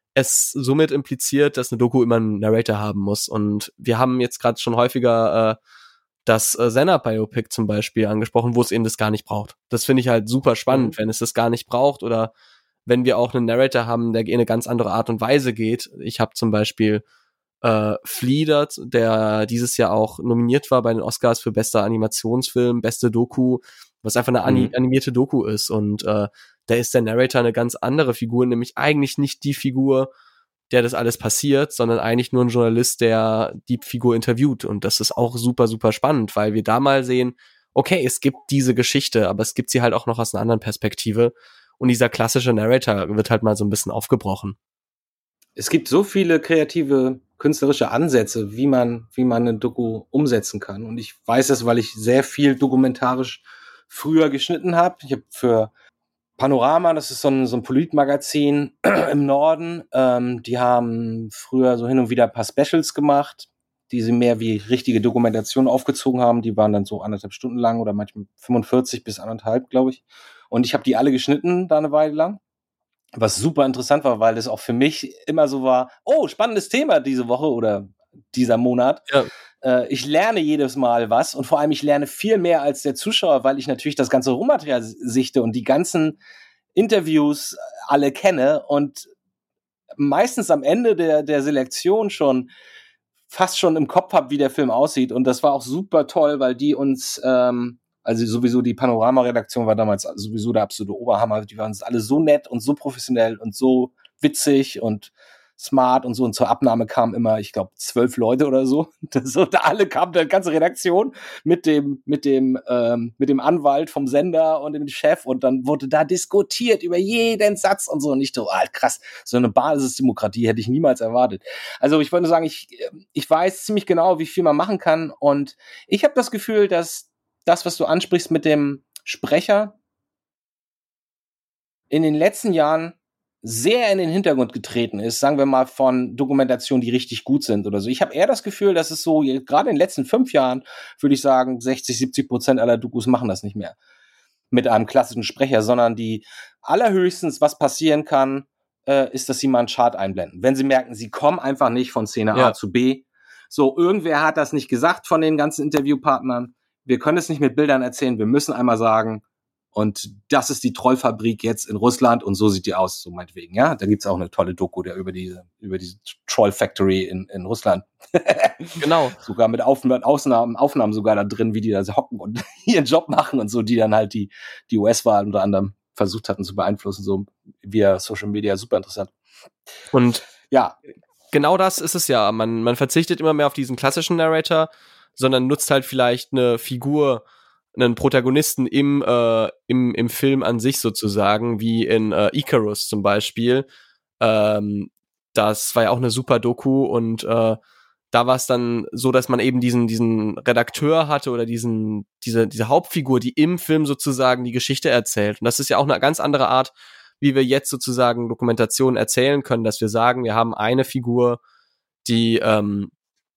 es somit impliziert, dass eine Doku immer einen Narrator haben muss und wir haben jetzt gerade schon häufiger äh, das äh, Senna-Biopic zum Beispiel angesprochen, wo es eben das gar nicht braucht. Das finde ich halt super spannend, mhm. wenn es das gar nicht braucht oder wenn wir auch einen Narrator haben, der in eine ganz andere Art und Weise geht. Ich habe zum Beispiel äh, Fleeder, der dieses Jahr auch nominiert war bei den Oscars für bester Animationsfilm, beste Doku, was einfach eine ani- animierte Doku ist und äh, da ist der Narrator eine ganz andere Figur, nämlich eigentlich nicht die Figur, der das alles passiert, sondern eigentlich nur ein Journalist, der die Figur interviewt. Und das ist auch super, super spannend, weil wir da mal sehen, okay, es gibt diese Geschichte, aber es gibt sie halt auch noch aus einer anderen Perspektive. Und dieser klassische Narrator wird halt mal so ein bisschen aufgebrochen. Es gibt so viele kreative, künstlerische Ansätze, wie man, wie man eine Doku umsetzen kann. Und ich weiß das, weil ich sehr viel dokumentarisch früher geschnitten habe. Ich habe für Panorama, das ist so ein, so ein Politmagazin im Norden. Ähm, die haben früher so hin und wieder ein paar Specials gemacht, die sie mehr wie richtige Dokumentation aufgezogen haben. Die waren dann so anderthalb Stunden lang oder manchmal fünfundvierzig bis anderthalb, glaube ich. Und ich habe die alle geschnitten da eine Weile lang. Was super interessant war, weil das auch für mich immer so war, oh, spannendes Thema diese Woche oder dieser Monat. Ja. Äh, ich lerne jedes Mal was und vor allem ich lerne viel mehr als der Zuschauer, weil ich natürlich das ganze Rohmaterial sichte und die ganzen Interviews alle kenne und meistens am Ende der, der Selektion schon fast schon im Kopf habe, wie der Film aussieht. Und das war auch super toll, weil die uns, ähm, also sowieso die Panorama-Redaktion war damals sowieso der absolute Oberhammer. Die waren alle so nett und so professionell und so witzig und smart und so. Und zur Abnahme kamen immer, ich glaube, zwölf Leute oder so. Das, und alle kamen, die ganze Redaktion mit dem, mit dem, ähm, mit dem Anwalt vom Sender und dem Chef. Und dann wurde da diskutiert über jeden Satz und so. Und ich so, ah, krass, so eine Basisdemokratie hätte ich niemals erwartet. Also ich wollte nur sagen, ich, ich weiß ziemlich genau, wie viel man machen kann. Und ich habe das Gefühl, dass das, was du ansprichst mit dem Sprecher, in den letzten Jahren sehr in den Hintergrund getreten ist, sagen wir mal von Dokumentationen, die richtig gut sind oder so. Ich habe eher das Gefühl, dass es so, gerade in den letzten fünf Jahren, würde ich sagen, sechzig, siebzig Prozent aller Dokus machen das nicht mehr mit einem klassischen Sprecher, sondern die allerhöchstens, was passieren kann, äh, ist, dass sie mal einen Chart einblenden. Wenn sie merken, sie kommen einfach nicht von Szene Ja. A zu B. So, irgendwer hat das nicht gesagt von den ganzen Interviewpartnern. Wir können es nicht mit Bildern erzählen. Wir müssen einmal sagen, und das ist die Trollfabrik jetzt in Russland und so sieht die aus, so meinetwegen, ja. Da gibt's auch eine tolle Doku der über diese, über diese Troll Factory in, in Russland. Genau. Sogar mit Aufnahmen, Ausnahmen, Aufnahmen sogar da drin, wie die da hocken und ihren Job machen und so, die dann halt die, die U S-Wahl unter anderem versucht hatten zu beeinflussen, so via Social Media, super interessant. Und Ja, genau das ist es ja. Man, man verzichtet immer mehr auf diesen klassischen Narrator, sondern nutzt halt vielleicht eine Figur, einen Protagonisten im, äh, im, im Film an sich sozusagen, wie in äh, Icarus zum Beispiel. Ähm, das war ja auch eine super Doku und äh, da war es dann so, dass man eben diesen, diesen Redakteur hatte oder diesen, diese, diese Hauptfigur, die im Film sozusagen die Geschichte erzählt. Und das ist ja auch eine ganz andere Art, wie wir jetzt sozusagen Dokumentationen erzählen können, dass wir sagen, wir haben eine Figur, die, ähm,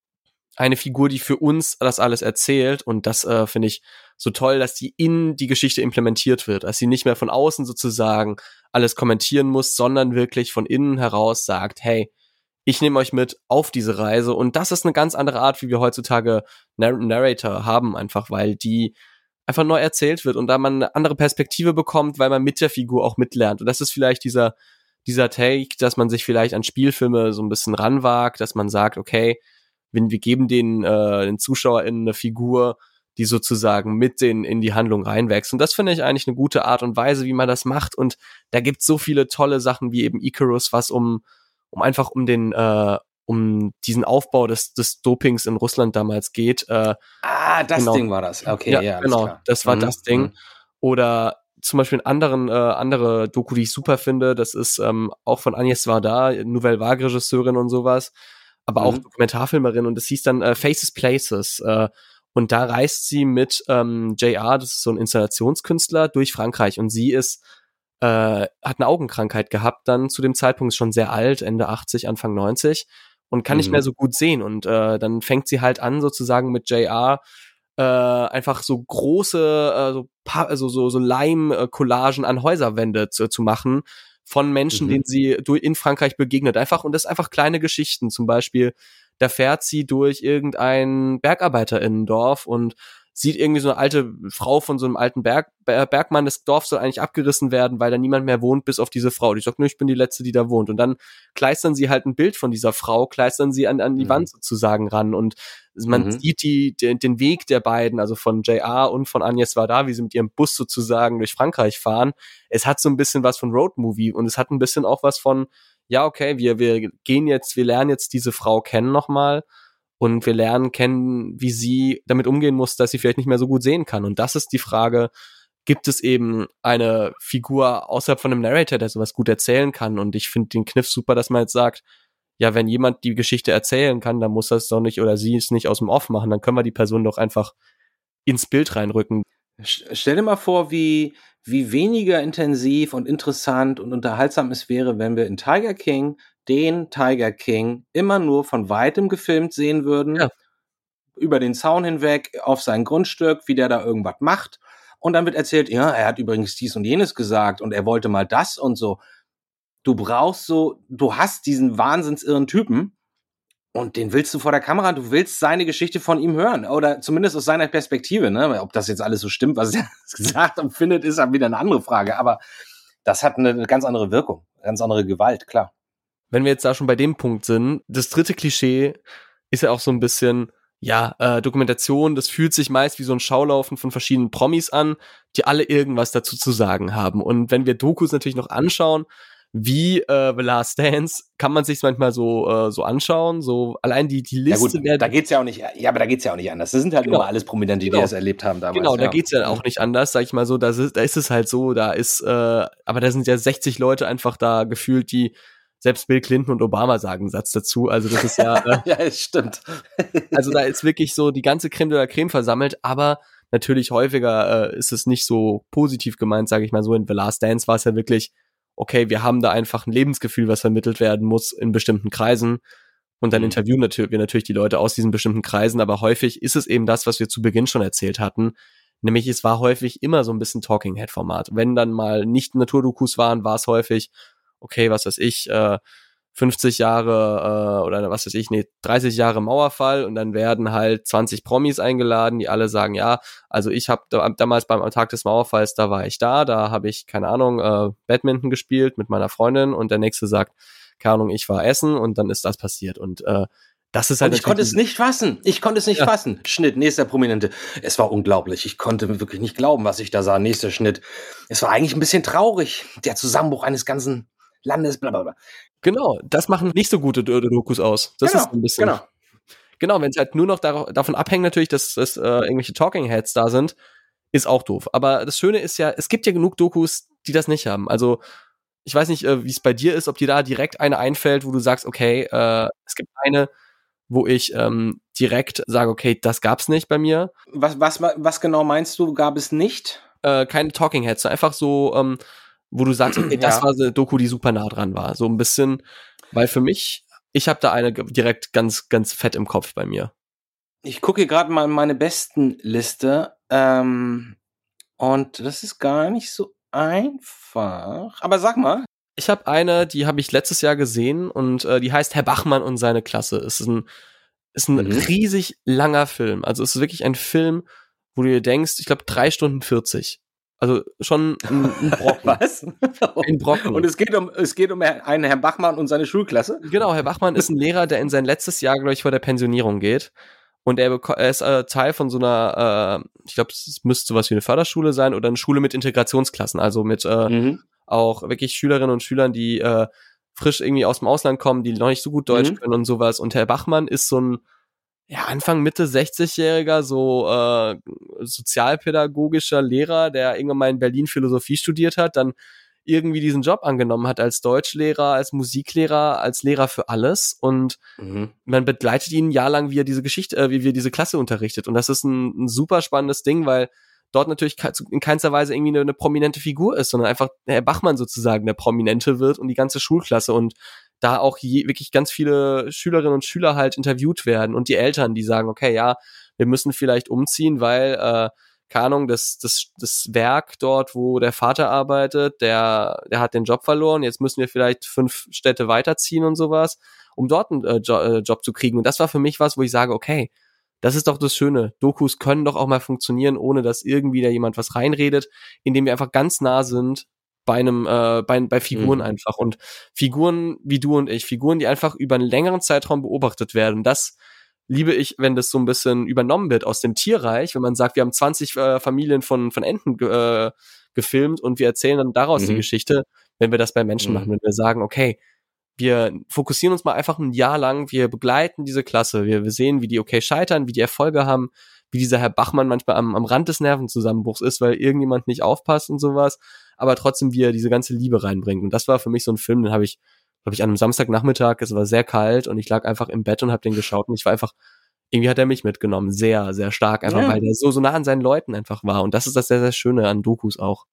eine Figur, die für uns das alles erzählt und das äh, finde ich so toll, dass die in die Geschichte implementiert wird, dass sie nicht mehr von außen sozusagen alles kommentieren muss, sondern wirklich von innen heraus sagt, hey, ich nehme euch mit auf diese Reise und das ist eine ganz andere Art, wie wir heutzutage Narr- Narrator haben, einfach weil die einfach neu erzählt wird und da man eine andere Perspektive bekommt, weil man mit der Figur auch mitlernt und das ist vielleicht dieser dieser Take, dass man sich vielleicht an Spielfilme so ein bisschen ranwagt, dass man sagt, okay, wenn wir geben den, äh, den ZuschauerInnen eine Figur, die sozusagen mit denen in die Handlung reinwächst. Und das finde ich eigentlich eine gute Art und Weise, wie man das macht. Und da gibt's so viele tolle Sachen wie eben Icarus, was um, um einfach um den, äh, um diesen Aufbau des, des Dopings in Russland damals geht. Äh, ah, das genau. Ding war das. Okay, ja, ja, alles genau, klar. das war Mhm, das Ding. mhm. Oder zum Beispiel einen anderen, äh, andere Doku, die ich super finde, das ist ähm, auch von Agnes Varda, Nouvelle Vague-Regisseurin und sowas, aber auch Mhm. Dokumentarfilmerin und das hieß dann äh, Faces Places äh, und da reist sie mit ähm, J R, das ist so ein Installationskünstler, durch Frankreich und sie ist äh, hat eine Augenkrankheit gehabt, dann zu dem Zeitpunkt ist schon sehr alt, Ende achtzig, Anfang neunzig und kann nicht Mhm. mehr so gut sehen und äh, dann fängt sie halt an sozusagen mit J R äh, einfach so große äh, so, pa- also so so Leim-Collagen an Häuserwände zu, zu machen von Menschen, Mhm. denen sie durch in Frankreich begegnet. Einfach, und das einfach kleine Geschichten. Zum Beispiel, da fährt sie durch irgendein BergarbeiterInnendorf und sieht irgendwie so eine alte Frau von so einem alten Berg, Ber- Bergmann. Das Dorf soll eigentlich abgerissen werden, weil da niemand mehr wohnt, bis auf diese Frau. Die sagt, nö, ich bin die Letzte, die da wohnt. Und dann kleistern sie halt ein Bild von dieser Frau, kleistern sie an, an die Mhm. Wand sozusagen ran. Und man Mhm. sieht die, den, den Weg der beiden, also von J R und von Agnes Varda, wie sie mit ihrem Bus sozusagen durch Frankreich fahren. Es hat so ein bisschen was von Roadmovie und es hat ein bisschen auch was von, ja, okay, wir, wir gehen jetzt, wir lernen jetzt diese Frau kennen nochmal und wir lernen kennen, wie sie damit umgehen muss, dass sie vielleicht nicht mehr so gut sehen kann. Und das ist die Frage, gibt es eben eine Figur außerhalb von einem Narrator, der sowas gut erzählen kann? Und ich finde den Kniff super, dass man jetzt sagt, ja, wenn jemand die Geschichte erzählen kann, dann muss das doch nicht oder sie es nicht aus dem Off machen, dann können wir die Person doch einfach ins Bild reinrücken. St- Stell dir mal vor, wie, wie weniger intensiv und interessant und unterhaltsam es wäre, wenn wir in Tiger King den Tiger King immer nur von weitem gefilmt sehen würden, Ja. über den Zaun hinweg auf sein Grundstück, wie der da irgendwas macht. Und dann wird erzählt, ja, er hat übrigens dies und jenes gesagt und er wollte mal das und so. Du brauchst so, du hast diesen wahnsinnsirren Typen und den willst du vor der Kamera, du willst seine Geschichte von ihm hören oder zumindest aus seiner Perspektive, ne? Ob das jetzt alles so stimmt, was er gesagt und findet, ist dann wieder eine andere Frage, aber das hat eine ganz andere Wirkung, ganz andere Gewalt, klar. Wenn wir jetzt da schon bei dem Punkt sind, das dritte Klischee ist ja auch so ein bisschen, ja, äh, Dokumentation, das fühlt sich meist wie so ein Schaulaufen von verschiedenen Promis an, die alle irgendwas dazu zu sagen haben. Und wenn wir Dokus natürlich noch anschauen, wie äh, The Last Dance kann man sich manchmal so äh, so anschauen, so allein die die Ja Liste. gut, wer, da geht's ja auch nicht, ja, aber da geht's ja auch nicht anders. Das sind halt Genau. nur mal alles Prominente, die Genau. das erlebt haben damals. Genau, da ja. geht's ja auch nicht anders, sag ich mal so. Da ist, da ist es halt so, da ist, äh, aber da sind ja sechzig Leute einfach da gefühlt, die selbst Bill Clinton und Obama sagen einen Satz dazu. Also das ist ja, äh, Ja, es stimmt. also da ist wirklich so die ganze Creme de la Creme versammelt, aber natürlich häufiger äh, ist es nicht so positiv gemeint, sage ich mal so. In The Last Dance war es ja wirklich, okay, wir haben da einfach ein Lebensgefühl, was vermittelt werden muss in bestimmten Kreisen. Und dann Mhm. interviewen natürlich, wir natürlich die Leute aus diesen bestimmten Kreisen, aber häufig ist es eben das, was wir zu Beginn schon erzählt hatten. Nämlich, es war häufig immer so ein bisschen Talking-Head-Format. Wenn dann mal nicht Naturdokus waren, war es häufig, okay, was weiß ich, äh, fünfzig Jahre äh, oder was weiß ich, nee, dreißig Jahre Mauerfall und dann werden halt zwanzig Promis eingeladen, die alle sagen, ja, also ich habe da, damals beim Tag des Mauerfalls, da war ich da, da habe ich, keine Ahnung, äh, Badminton gespielt mit meiner Freundin und der nächste sagt, keine Ahnung, ich war essen und dann ist das passiert und äh, das ist halt Und ich konnte es nicht fassen. Ich konnte es nicht Ja. fassen. Schnitt, nächster Prominente. Es war unglaublich. Ich konnte wirklich nicht glauben, was ich da sah. Nächster Schnitt. Es war eigentlich ein bisschen traurig. Der Zusammenbruch eines ganzen Landes, bla bla bla. Genau, das machen nicht so gute Do- Dokus aus. Das genau, ist ein bisschen. genau. Genau, wenn es halt nur noch dar- davon abhängt natürlich, dass, dass äh, irgendwelche Talking Heads da sind, ist auch doof. Aber das Schöne ist ja, es gibt ja genug Dokus, die das nicht haben. Also ich weiß nicht, äh, wie es bei dir ist, ob dir da direkt eine einfällt, wo du sagst, okay, äh, es gibt eine, wo ich ähm, direkt sage, okay, das gab's nicht bei mir. Was, was, was genau meinst du, gab es nicht? Äh, keine Talking Heads, so einfach so, ähm, wo du sagst, okay, das Ja. war eine Doku, die super nah dran war. So ein bisschen, weil für mich, ich habe da eine ge- direkt ganz, ganz fett im Kopf bei mir. Ich gucke gerade mal meine besten Liste. Ähm, und das ist gar nicht so einfach. Aber sag mal. Ich habe eine, die habe ich letztes Jahr gesehen und äh, die heißt Herr Bachmann und seine Klasse. Es ist ein, ist ein Mhm. riesig langer Film. Also es ist wirklich ein Film, wo du dir denkst, ich glaube drei Stunden vierzig. Also schon ein, ein Brocken. Was? Ein Brocken. Und es geht um, es geht um einen Herrn Bachmann und seine Schulklasse. Genau, Herr Bachmann ist ein Lehrer, der in sein letztes Jahr, glaube ich, vor der Pensionierung geht. Und er, beko- er ist äh, Teil von so einer, äh, ich glaube, es müsste sowas wie eine Förderschule sein oder eine Schule mit Integrationsklassen, also mit äh, Mhm. auch wirklich Schülerinnen und Schülern, die äh, frisch irgendwie aus dem Ausland kommen, die noch nicht so gut Deutsch Mhm. können und sowas. Und Herr Bachmann ist so ein, ja, Anfang, Mitte sechzigjähriger, so äh, sozialpädagogischer Lehrer, der irgendwann mal in Berlin Philosophie studiert hat, dann irgendwie diesen Job angenommen hat als Deutschlehrer, als Musiklehrer, als Lehrer für alles und Mhm. man begleitet ihn ein Jahr lang, wie er diese Geschichte, äh, wie wir diese Klasse unterrichtet. Und das ist ein, ein super spannendes Ding, weil dort natürlich ke- in keinster Weise irgendwie eine, eine prominente Figur ist, sondern einfach Herr Bachmann sozusagen der Prominente wird und die ganze Schulklasse und da auch je, wirklich ganz viele Schülerinnen und Schüler halt interviewt werden und die Eltern, die sagen, okay, ja, wir müssen vielleicht umziehen, weil, äh, keine Ahnung, das, das, das Werk dort, wo der Vater arbeitet, der, der hat den Job verloren, jetzt müssen wir vielleicht fünf Städte weiterziehen und sowas, um dort einen äh, jo- äh, Job zu kriegen. Und das war für mich was, wo ich sage, okay, das ist doch das Schöne. Dokus können doch auch mal funktionieren, ohne dass irgendwie da jemand was reinredet, indem wir einfach ganz nah sind bei einem, äh, bei, bei Figuren Mhm. einfach. Und Figuren wie du und ich, Figuren, die einfach über einen längeren Zeitraum beobachtet werden. Das liebe ich, wenn das so ein bisschen übernommen wird aus dem Tierreich, wenn man sagt, wir haben zwanzig äh, Familien von, von Enten ge äh, gefilmt und wir erzählen dann daraus Mhm. die Geschichte, wenn wir das bei Menschen Mhm. machen, wenn wir sagen, okay, wir fokussieren uns mal einfach ein Jahr lang, wir begleiten diese Klasse, wir, wir sehen, wie die okay scheitern, wie die Erfolge haben, wie dieser Herr Bachmann manchmal am, am Rand des Nervenzusammenbruchs ist, weil irgendjemand nicht aufpasst und sowas, aber trotzdem wie er diese ganze Liebe reinbringt. Und das war für mich so ein Film, den habe ich, glaube ich, an einem Samstagnachmittag, es war sehr kalt und ich lag einfach im Bett und habe den geschaut und ich war einfach, irgendwie hat er mich mitgenommen, sehr, sehr stark, einfach Ja. weil der so, so nah an seinen Leuten einfach war. Und das ist das sehr, sehr Schöne an Dokus auch.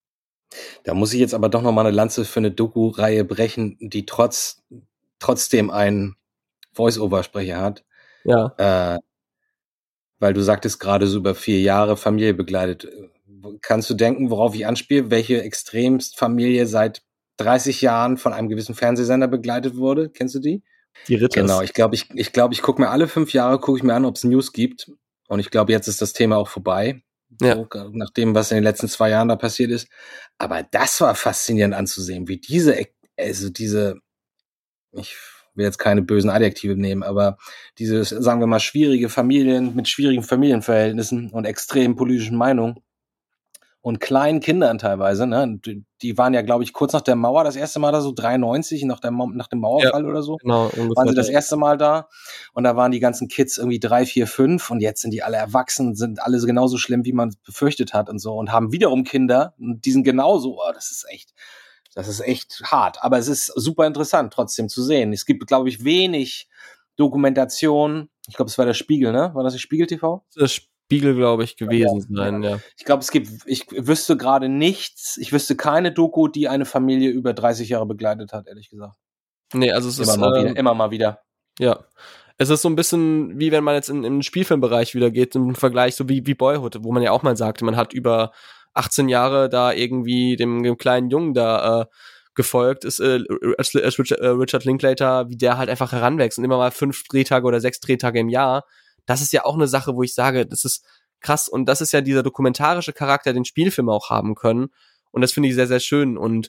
Da muss ich jetzt aber doch noch mal eine Lanze für eine Doku-Reihe brechen, die trotz, trotzdem einen Voice-Over-Sprecher hat. Ja. Äh, weil du sagtest gerade so über vier Jahre Familie begleitet. Kannst du denken, worauf ich anspiele? Welche Extremfamilie seit dreißig Jahren von einem gewissen Fernsehsender begleitet wurde? Kennst du die? Die Ritters. Genau, ich glaube, ich, ich, glaube, ich gucke mir alle fünf Jahre, gucke ich mir an, ob es News gibt. Und ich glaube, jetzt ist das Thema auch vorbei. Ja. So, nach dem, was in den letzten zwei Jahren da passiert ist. Aber das war faszinierend anzusehen, wie diese, also diese, ich will jetzt keine bösen Adjektive nehmen, aber diese, sagen wir mal, schwierige Familien mit schwierigen Familienverhältnissen und extremen politischen Meinungen und kleinen Kindern teilweise, ne? Die, die waren ja, glaube ich, kurz nach der Mauer das erste Mal da, so dreiundneunzig, nach, der, nach dem Mauerfall ja, oder so. Genau, Waren ungefähr. sie das erste Mal da und da waren die ganzen Kids irgendwie drei, vier, fünf und jetzt sind die alle erwachsen, sind alle so genauso schlimm, wie man es befürchtet hat und so und haben wiederum Kinder und die sind genauso, oh, das ist echt, das ist echt hart, aber es ist super interessant trotzdem zu sehen. Es gibt, glaube ich, wenig Dokumentation, ich glaube, es war der Spiegel, ne? War das der Spiegel T V? Das Spiegel, glaube ich, gewesen Ja, sein, ja. Ich glaube, es gibt, ich wüsste gerade nichts, ich wüsste keine Doku, die eine Familie über dreißig Jahre begleitet hat, ehrlich gesagt. Nee, also es Immer ist, mal ähm, wieder, immer mal wieder. ja. Es ist so ein bisschen, wie wenn man jetzt in, in den Spielfilmbereich wieder geht, im Vergleich, so wie, wie Boyhood, wo man ja auch mal sagte, man hat über achtzehn Jahre da irgendwie dem, dem kleinen Jungen da äh, gefolgt, ist äh, als, als Richard, äh, Richard Linklater, wie der halt einfach heranwächst und immer mal fünf Drehtage oder sechs Drehtage im Jahr. Das ist ja auch eine Sache, wo ich sage, das ist krass und das ist ja dieser dokumentarische Charakter, den Spielfilme auch haben können und das finde ich sehr, sehr schön und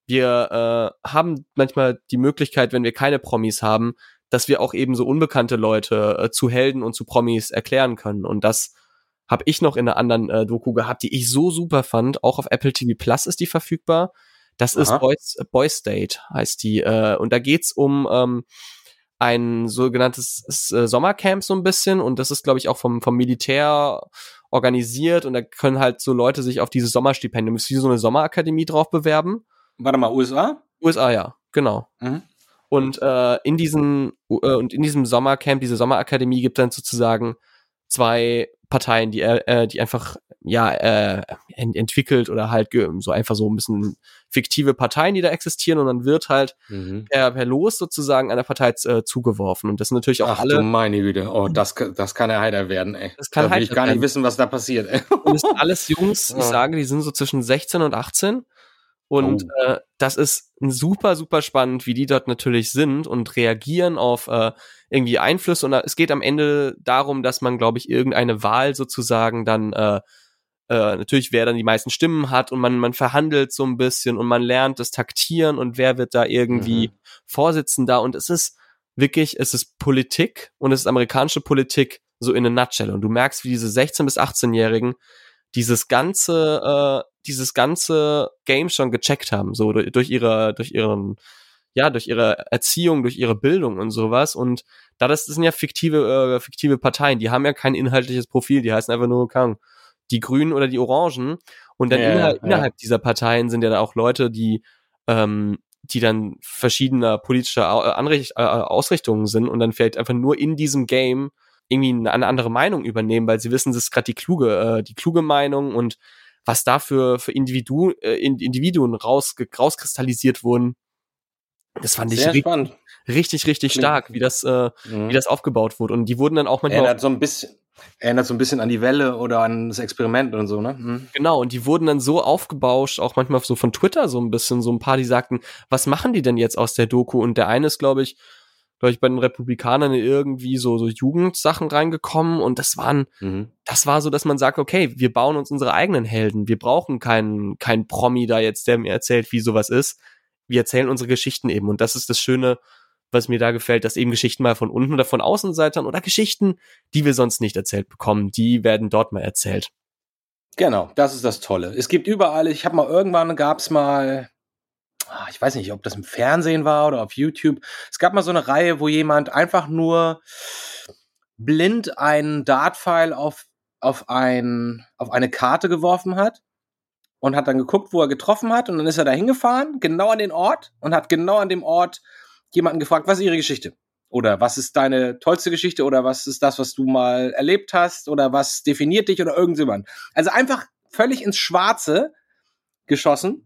wir äh, haben manchmal die Möglichkeit, wenn wir keine Promis haben, dass wir auch eben so unbekannte Leute äh, zu Helden und zu Promis erklären können. Und das habe ich noch in einer anderen äh, Doku gehabt, die ich so super fand. Auch auf Apple T V Plus ist die verfügbar. Das Aha. ist Boys, Boy State, heißt die. Äh, und da geht's um ähm, ein sogenanntes äh, Sommercamp so ein bisschen. Und das ist, glaube ich, auch vom, vom Militär organisiert. Und da können halt so Leute sich auf dieses Sommerstipendium, ist wie so eine Sommerakademie drauf bewerben. Warte mal, U S A? U S A, ja, genau. Mhm. Und äh, in diesem äh, und in diesem Sommercamp, diese Sommerakademie, gibt dann sozusagen zwei Parteien, die äh, die einfach ja äh, ent- entwickelt oder halt ge- so einfach so ein bisschen fiktive Parteien, die da existieren und dann wird halt Mhm. per, per Los sozusagen einer Partei äh, zugeworfen und das sind natürlich auch Ach alle. du meine Güte, oh, das, das kann ja heiter werden, ey. Das kann da will ich heiter gar nicht werden. wissen, was da passiert, ey. Und es sind alles Jungs, ich Ja. sage, die sind so zwischen sechzehn und achtzehn. Und Oh. äh, das ist super, super spannend, wie die dort natürlich sind und reagieren auf äh, irgendwie Einflüsse. Und es geht am Ende darum, dass man, glaube ich, irgendeine Wahl sozusagen dann äh, äh, natürlich, wer dann die meisten Stimmen hat und man man verhandelt so ein bisschen und man lernt das Taktieren und wer wird da irgendwie Mhm. Vorsitzender. Und es ist wirklich, es ist Politik und es ist amerikanische Politik so in a nutshell. Und du merkst, wie diese sechzehn- bis achtzehn-Jährigen dieses ganze, äh, dieses ganze Game schon gecheckt haben, so durch, durch ihre, durch ihren, ja, durch ihre Erziehung, durch ihre Bildung und sowas. Und da das, das sind ja fiktive, äh, fiktive Parteien, die haben ja kein inhaltliches Profil, die heißen einfach nur Kang. Die Grünen oder die Orangen. Und dann Ja, innerhalb, ja. innerhalb dieser Parteien sind ja da auch Leute, die, ähm, die dann verschiedener politischer Au- Anricht, äh, Ausrichtungen sind und dann vielleicht einfach nur in diesem Game irgendwie eine andere Meinung übernehmen, weil sie wissen, das ist gerade die kluge, äh, die kluge Meinung und was da für, für Individu, äh, Individuen raus, rauskristallisiert wurden, das fand ich Sehr richtig, spannend. richtig, richtig Klingt- stark, wie das, äh, Mhm. wie das aufgebaut wurde. Und die wurden dann auch manchmal Erinnert so ein bisschen, erinnert so ein bisschen an die Welle oder an das Experiment und so, ne? Mhm. Genau, und die wurden dann so aufgebauscht, auch manchmal so von Twitter so ein bisschen, so ein paar, die sagten, was machen die denn jetzt aus der Doku? Und der eine ist, glaube ich, glaube ich, bei den Republikanern irgendwie so, so Jugendsachen reingekommen und das waren, Mhm. das war so, dass man sagt, okay, wir bauen uns unsere eigenen Helden. Wir brauchen keinen, keinen Promi da jetzt, der mir erzählt, wie sowas ist. Wir erzählen unsere Geschichten eben und das ist das Schöne, was mir da gefällt, dass eben Geschichten mal von unten oder von Außenseitern oder Geschichten, die wir sonst nicht erzählt bekommen, die werden dort mal erzählt. Genau, das ist das Tolle. Es gibt überall, ich habe mal irgendwann, gab's mal, ah, ich weiß nicht, ob das im Fernsehen war oder auf YouTube, es gab mal so eine Reihe, wo jemand einfach nur blind einen Dartpfeil auf, auf, ein, auf eine Karte geworfen hat und hat dann geguckt, wo er getroffen hat und dann ist er da hingefahren, genau an den Ort und hat genau an dem Ort jemanden gefragt, was ist ihre Geschichte? Oder was ist deine tollste Geschichte? Oder was ist das, was du mal erlebt hast? Oder was definiert dich? Oder irgendjemand. Also einfach völlig ins Schwarze geschossen.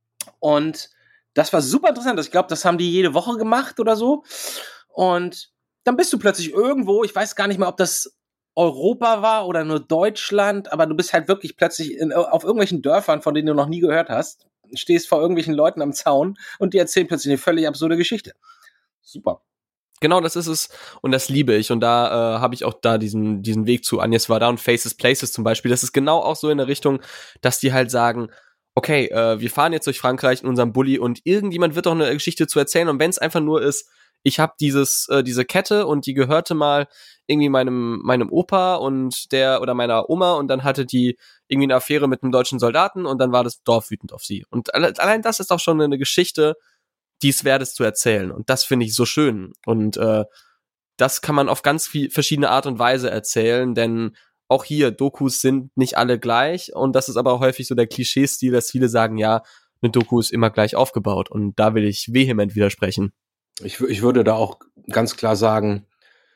Und das war super interessant. Ich glaube, das haben die jede Woche gemacht oder so. Und dann bist du plötzlich irgendwo, ich weiß gar nicht mehr, ob das Europa war oder nur Deutschland, aber du bist halt wirklich plötzlich in, auf irgendwelchen Dörfern, von denen du noch nie gehört hast, stehst vor irgendwelchen Leuten am Zaun und die erzählen plötzlich eine völlig absurde Geschichte. Super. Genau, das ist es und das liebe ich und da äh, habe ich auch da diesen diesen Weg zu Agnes Varda und Faces Places zum Beispiel. Das ist genau auch so in der Richtung, dass die halt sagen, okay, äh, wir fahren jetzt durch Frankreich in unserem Bulli und irgendjemand wird doch eine Geschichte zu erzählen und wenn es einfach nur ist, ich habe dieses äh, diese Kette und die gehörte mal irgendwie meinem meinem Opa und der oder meiner Oma und dann hatte die irgendwie eine Affäre mit einem deutschen Soldaten und dann war das Dorf wütend auf sie. Und allein das ist auch schon eine Geschichte, die es wert ist zu erzählen. Und das finde ich so schön. Und äh, das kann man auf ganz viel verschiedene Art und Weise erzählen, denn auch hier, Dokus sind nicht alle gleich und das ist aber häufig so der Klischeestil, dass viele sagen, ja, eine Doku ist immer gleich aufgebaut und da will ich vehement widersprechen. Ich, ich würde da auch ganz klar sagen,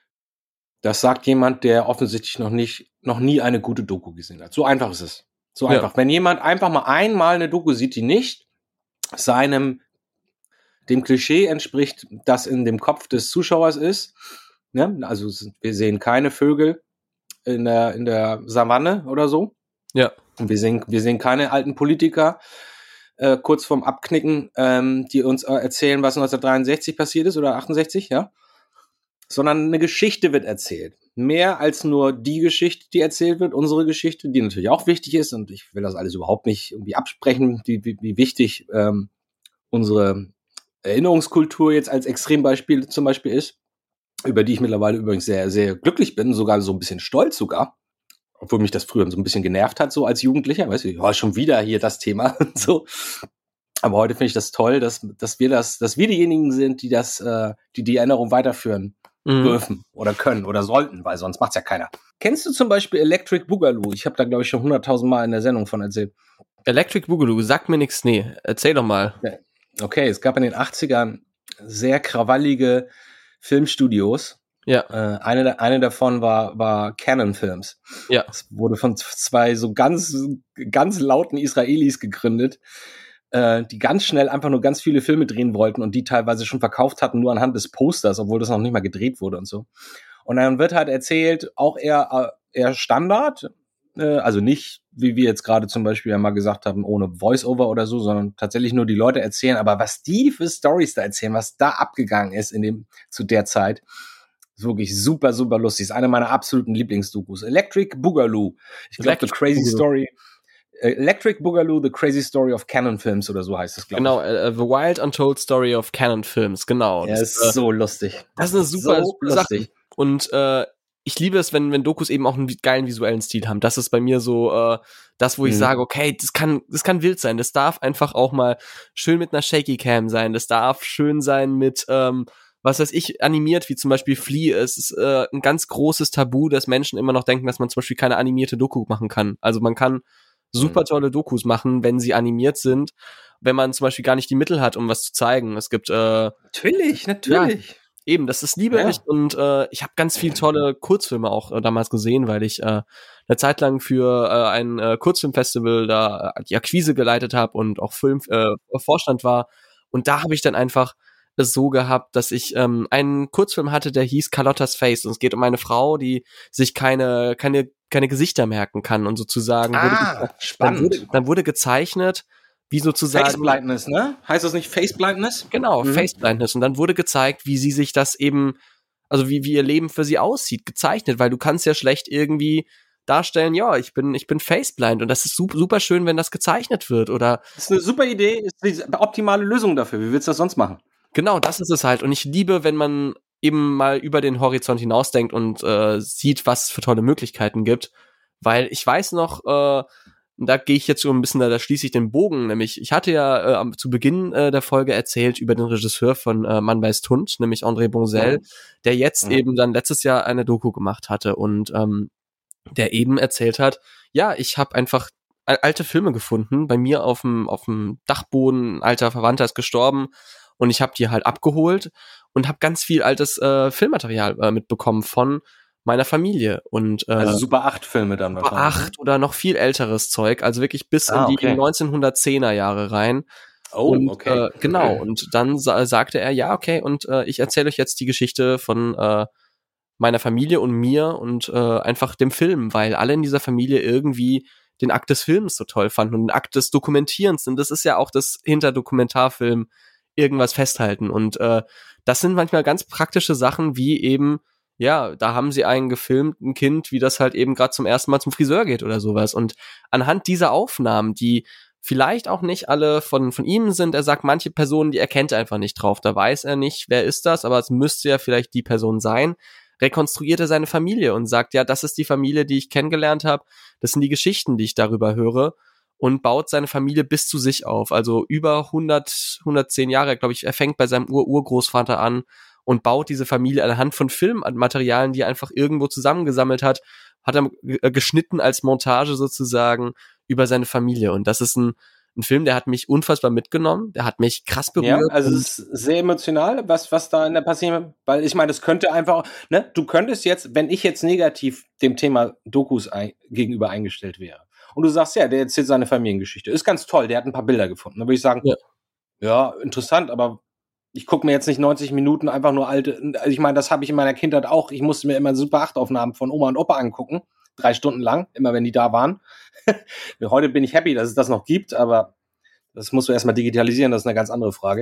das sagt jemand, der offensichtlich noch nicht, noch nie eine gute Doku gesehen hat. So einfach ist es. So einfach. Ja. Wenn jemand einfach mal einmal eine Doku sieht, die nicht seinem, dem Klischee entspricht, das in dem Kopf des Zuschauers ist, ne? Also wir sehen keine Vögel in der, in der Savanne oder so. Ja. Und wir sehen, wir sehen keine alten Politiker, äh, kurz vorm Abknicken, ähm, die uns äh, erzählen, was neunzehnhundertdreiundsechzig passiert ist oder achtundsechzig, ja. Sondern eine Geschichte wird erzählt. Mehr als nur die Geschichte, die erzählt wird, unsere Geschichte, die natürlich auch wichtig ist. Und ich will das alles überhaupt nicht irgendwie absprechen, wie, wie, wie wichtig ähm, unsere Erinnerungskultur jetzt als Extrembeispiel zum Beispiel ist, über die ich mittlerweile übrigens sehr, sehr glücklich bin, sogar so ein bisschen stolz sogar. Obwohl mich das früher so ein bisschen genervt hat, so als Jugendlicher. Weißt du, ja, schon wieder hier das Thema und so. Aber heute finde ich das toll, dass, dass wir das, dass wir diejenigen sind, die das, äh, die die Erinnerung weiterführen mhm. dürfen oder können oder sollten, weil sonst macht's ja keiner. Kennst du zum Beispiel Electric Boogaloo? Ich habe da, glaube ich, schon hunderttausend Mal in der Sendung von erzählt. Electric Boogaloo, sagt mir nichts, nee. Erzähl doch mal. Okay, es gab in den achtzigern sehr krawallige Filmstudios. Ja. Äh, eine, eine davon war, war Canon Films. Ja. Es wurde von zwei so ganz, ganz lauten Israelis gegründet, äh, die ganz schnell einfach nur ganz viele Filme drehen wollten und die teilweise schon verkauft hatten, nur anhand des Posters, obwohl das noch nicht mal gedreht wurde und so. Und dann wird halt erzählt, auch eher, eher Standard, äh, also nicht, wie wir jetzt gerade zum Beispiel ja mal gesagt haben, ohne Voice-Over oder so, sondern tatsächlich nur die Leute erzählen. Aber was die für Storys da erzählen, was da abgegangen ist in dem, zu der Zeit, ist wirklich super, super lustig. Ist eine meiner absoluten Lieblingsdokus. Electric Boogaloo. Ich glaube, The Crazy Boogaloo. Story. Electric Boogaloo, The Crazy Story of Canon Films oder so heißt es, glaube ich. Genau, uh, The Wild Untold Story of Canon Films, genau. Ja, das ist äh, so lustig. Das ist eine super, so super Sache. Und äh, ich liebe es, wenn wenn Dokus eben auch einen geilen visuellen Stil haben. Das ist bei mir so äh, das, wo ich mhm. sage, okay, das kann das kann wild sein. Das darf einfach auch mal schön mit einer Shaky Cam sein. Das darf schön sein mit ähm, was weiß ich, animiert, wie zum Beispiel Flea. Es ist äh, ein ganz großes Tabu, dass Menschen immer noch denken, dass man zum Beispiel keine animierte Doku machen kann. Also man kann super tolle Dokus machen, wenn sie animiert sind, wenn man zum Beispiel gar nicht die Mittel hat, um was zu zeigen. Es gibt äh, Natürlich, natürlich. Ja, eben, das ist liebe ja. ich und äh, ich habe ganz viele tolle Kurzfilme auch äh, damals gesehen, weil ich äh, eine Zeit lang für äh, ein äh, Kurzfilmfestival da äh, die Akquise geleitet habe und auch Film äh, Vorstand war und da habe ich dann einfach es so gehabt, dass ich ähm, einen Kurzfilm hatte, der hieß Carlottas Face und es geht um eine Frau, die sich keine keine keine Gesichter merken kann und sozusagen ah, wurde, spannend. Dann wurde, dann wurde gezeichnet, wie sozusagen Face Blindness, ne? Heißt das nicht Face Blindness? Genau, mhm. Face Blindness und dann wurde gezeigt, wie sie sich das eben, also wie wie ihr Leben für sie aussieht, gezeichnet, weil du kannst ja schlecht irgendwie darstellen, ja, ich bin ich bin faceblind und das ist super, super schön, wenn das gezeichnet wird oder das ist eine super Idee, ist die optimale Lösung dafür. Wie willst du das sonst machen? Genau, das ist es halt. Und ich liebe, wenn man eben mal über den Horizont hinausdenkt und äh, sieht, was es für tolle Möglichkeiten gibt. Weil ich weiß noch, äh, da gehe ich jetzt schon ein bisschen, da, da schließe ich den Bogen. Nämlich, ich hatte ja äh, zu Beginn äh, der Folge erzählt über den Regisseur von äh, Man beißt Hund, nämlich André Boncel, mhm. der jetzt mhm. eben dann letztes Jahr eine Doku gemacht hatte und ähm, der eben erzählt hat, ja, ich habe einfach alte Filme gefunden, bei mir auf dem auf dem Dachboden, ein alter Verwandter ist gestorben und ich habe die halt abgeholt und habe ganz viel altes äh, Filmmaterial äh, mitbekommen von meiner Familie. Und äh, also Super acht Filme dann Super acht oder noch viel älteres Zeug, also wirklich bis ah, in die okay. neunzehnhundertzehner Jahre rein. Oh, und, okay. Äh, genau, okay. und dann sa- sagte er, ja, okay, und äh, ich erzähle euch jetzt die Geschichte von äh, meiner Familie und mir und äh, einfach dem Film, weil alle in dieser Familie irgendwie den Akt des Films so toll fanden und den Akt des Dokumentierens. Und das ist ja auch das hinter Dokumentarfilm irgendwas festhalten. Und äh, das sind manchmal ganz praktische Sachen, wie eben, ja, da haben sie einen gefilmt, ein Kind, wie das halt eben gerade zum ersten Mal zum Friseur geht oder sowas. Und anhand dieser Aufnahmen, die vielleicht auch nicht alle von, von ihm sind. Er sagt, manche Personen, die erkennt er einfach nicht drauf. Da weiß er nicht, wer ist das, aber es müsste ja vielleicht die Person sein. Rekonstruiert er seine Familie und sagt, ja, das ist die Familie, die ich kennengelernt habe. Das sind die Geschichten, die ich darüber höre. Und baut seine Familie bis zu sich auf. Also über hundert, hundertzehn Jahre, glaube ich, er fängt bei seinem Ur-Urgroßvater an und baut diese Familie anhand von Filmmaterialien, die er einfach irgendwo zusammengesammelt hat, hat er geschnitten als Montage sozusagen über seine Familie. Und das ist ein, ein Film, der hat mich unfassbar mitgenommen, der hat mich krass berührt. Ja, also es ist sehr emotional, was, was da in der passiert, weil ich meine, das könnte einfach, ne, du könntest jetzt, wenn ich jetzt negativ dem Thema Dokus ein, gegenüber eingestellt wäre, und du sagst, ja, der erzählt seine Familiengeschichte. Ist ganz toll, der hat ein paar Bilder gefunden. Da würde ich sagen, ja, ja interessant, aber ich gucke mir jetzt nicht neunzig Minuten einfach nur alte, also ich meine, das habe ich in meiner Kindheit auch. Ich musste mir immer Super acht Aufnahmen von Oma und Opa angucken, drei Stunden lang, immer wenn die da waren. Heute bin ich happy, dass es das noch gibt, aber das musst du erstmal digitalisieren, das ist eine ganz andere Frage.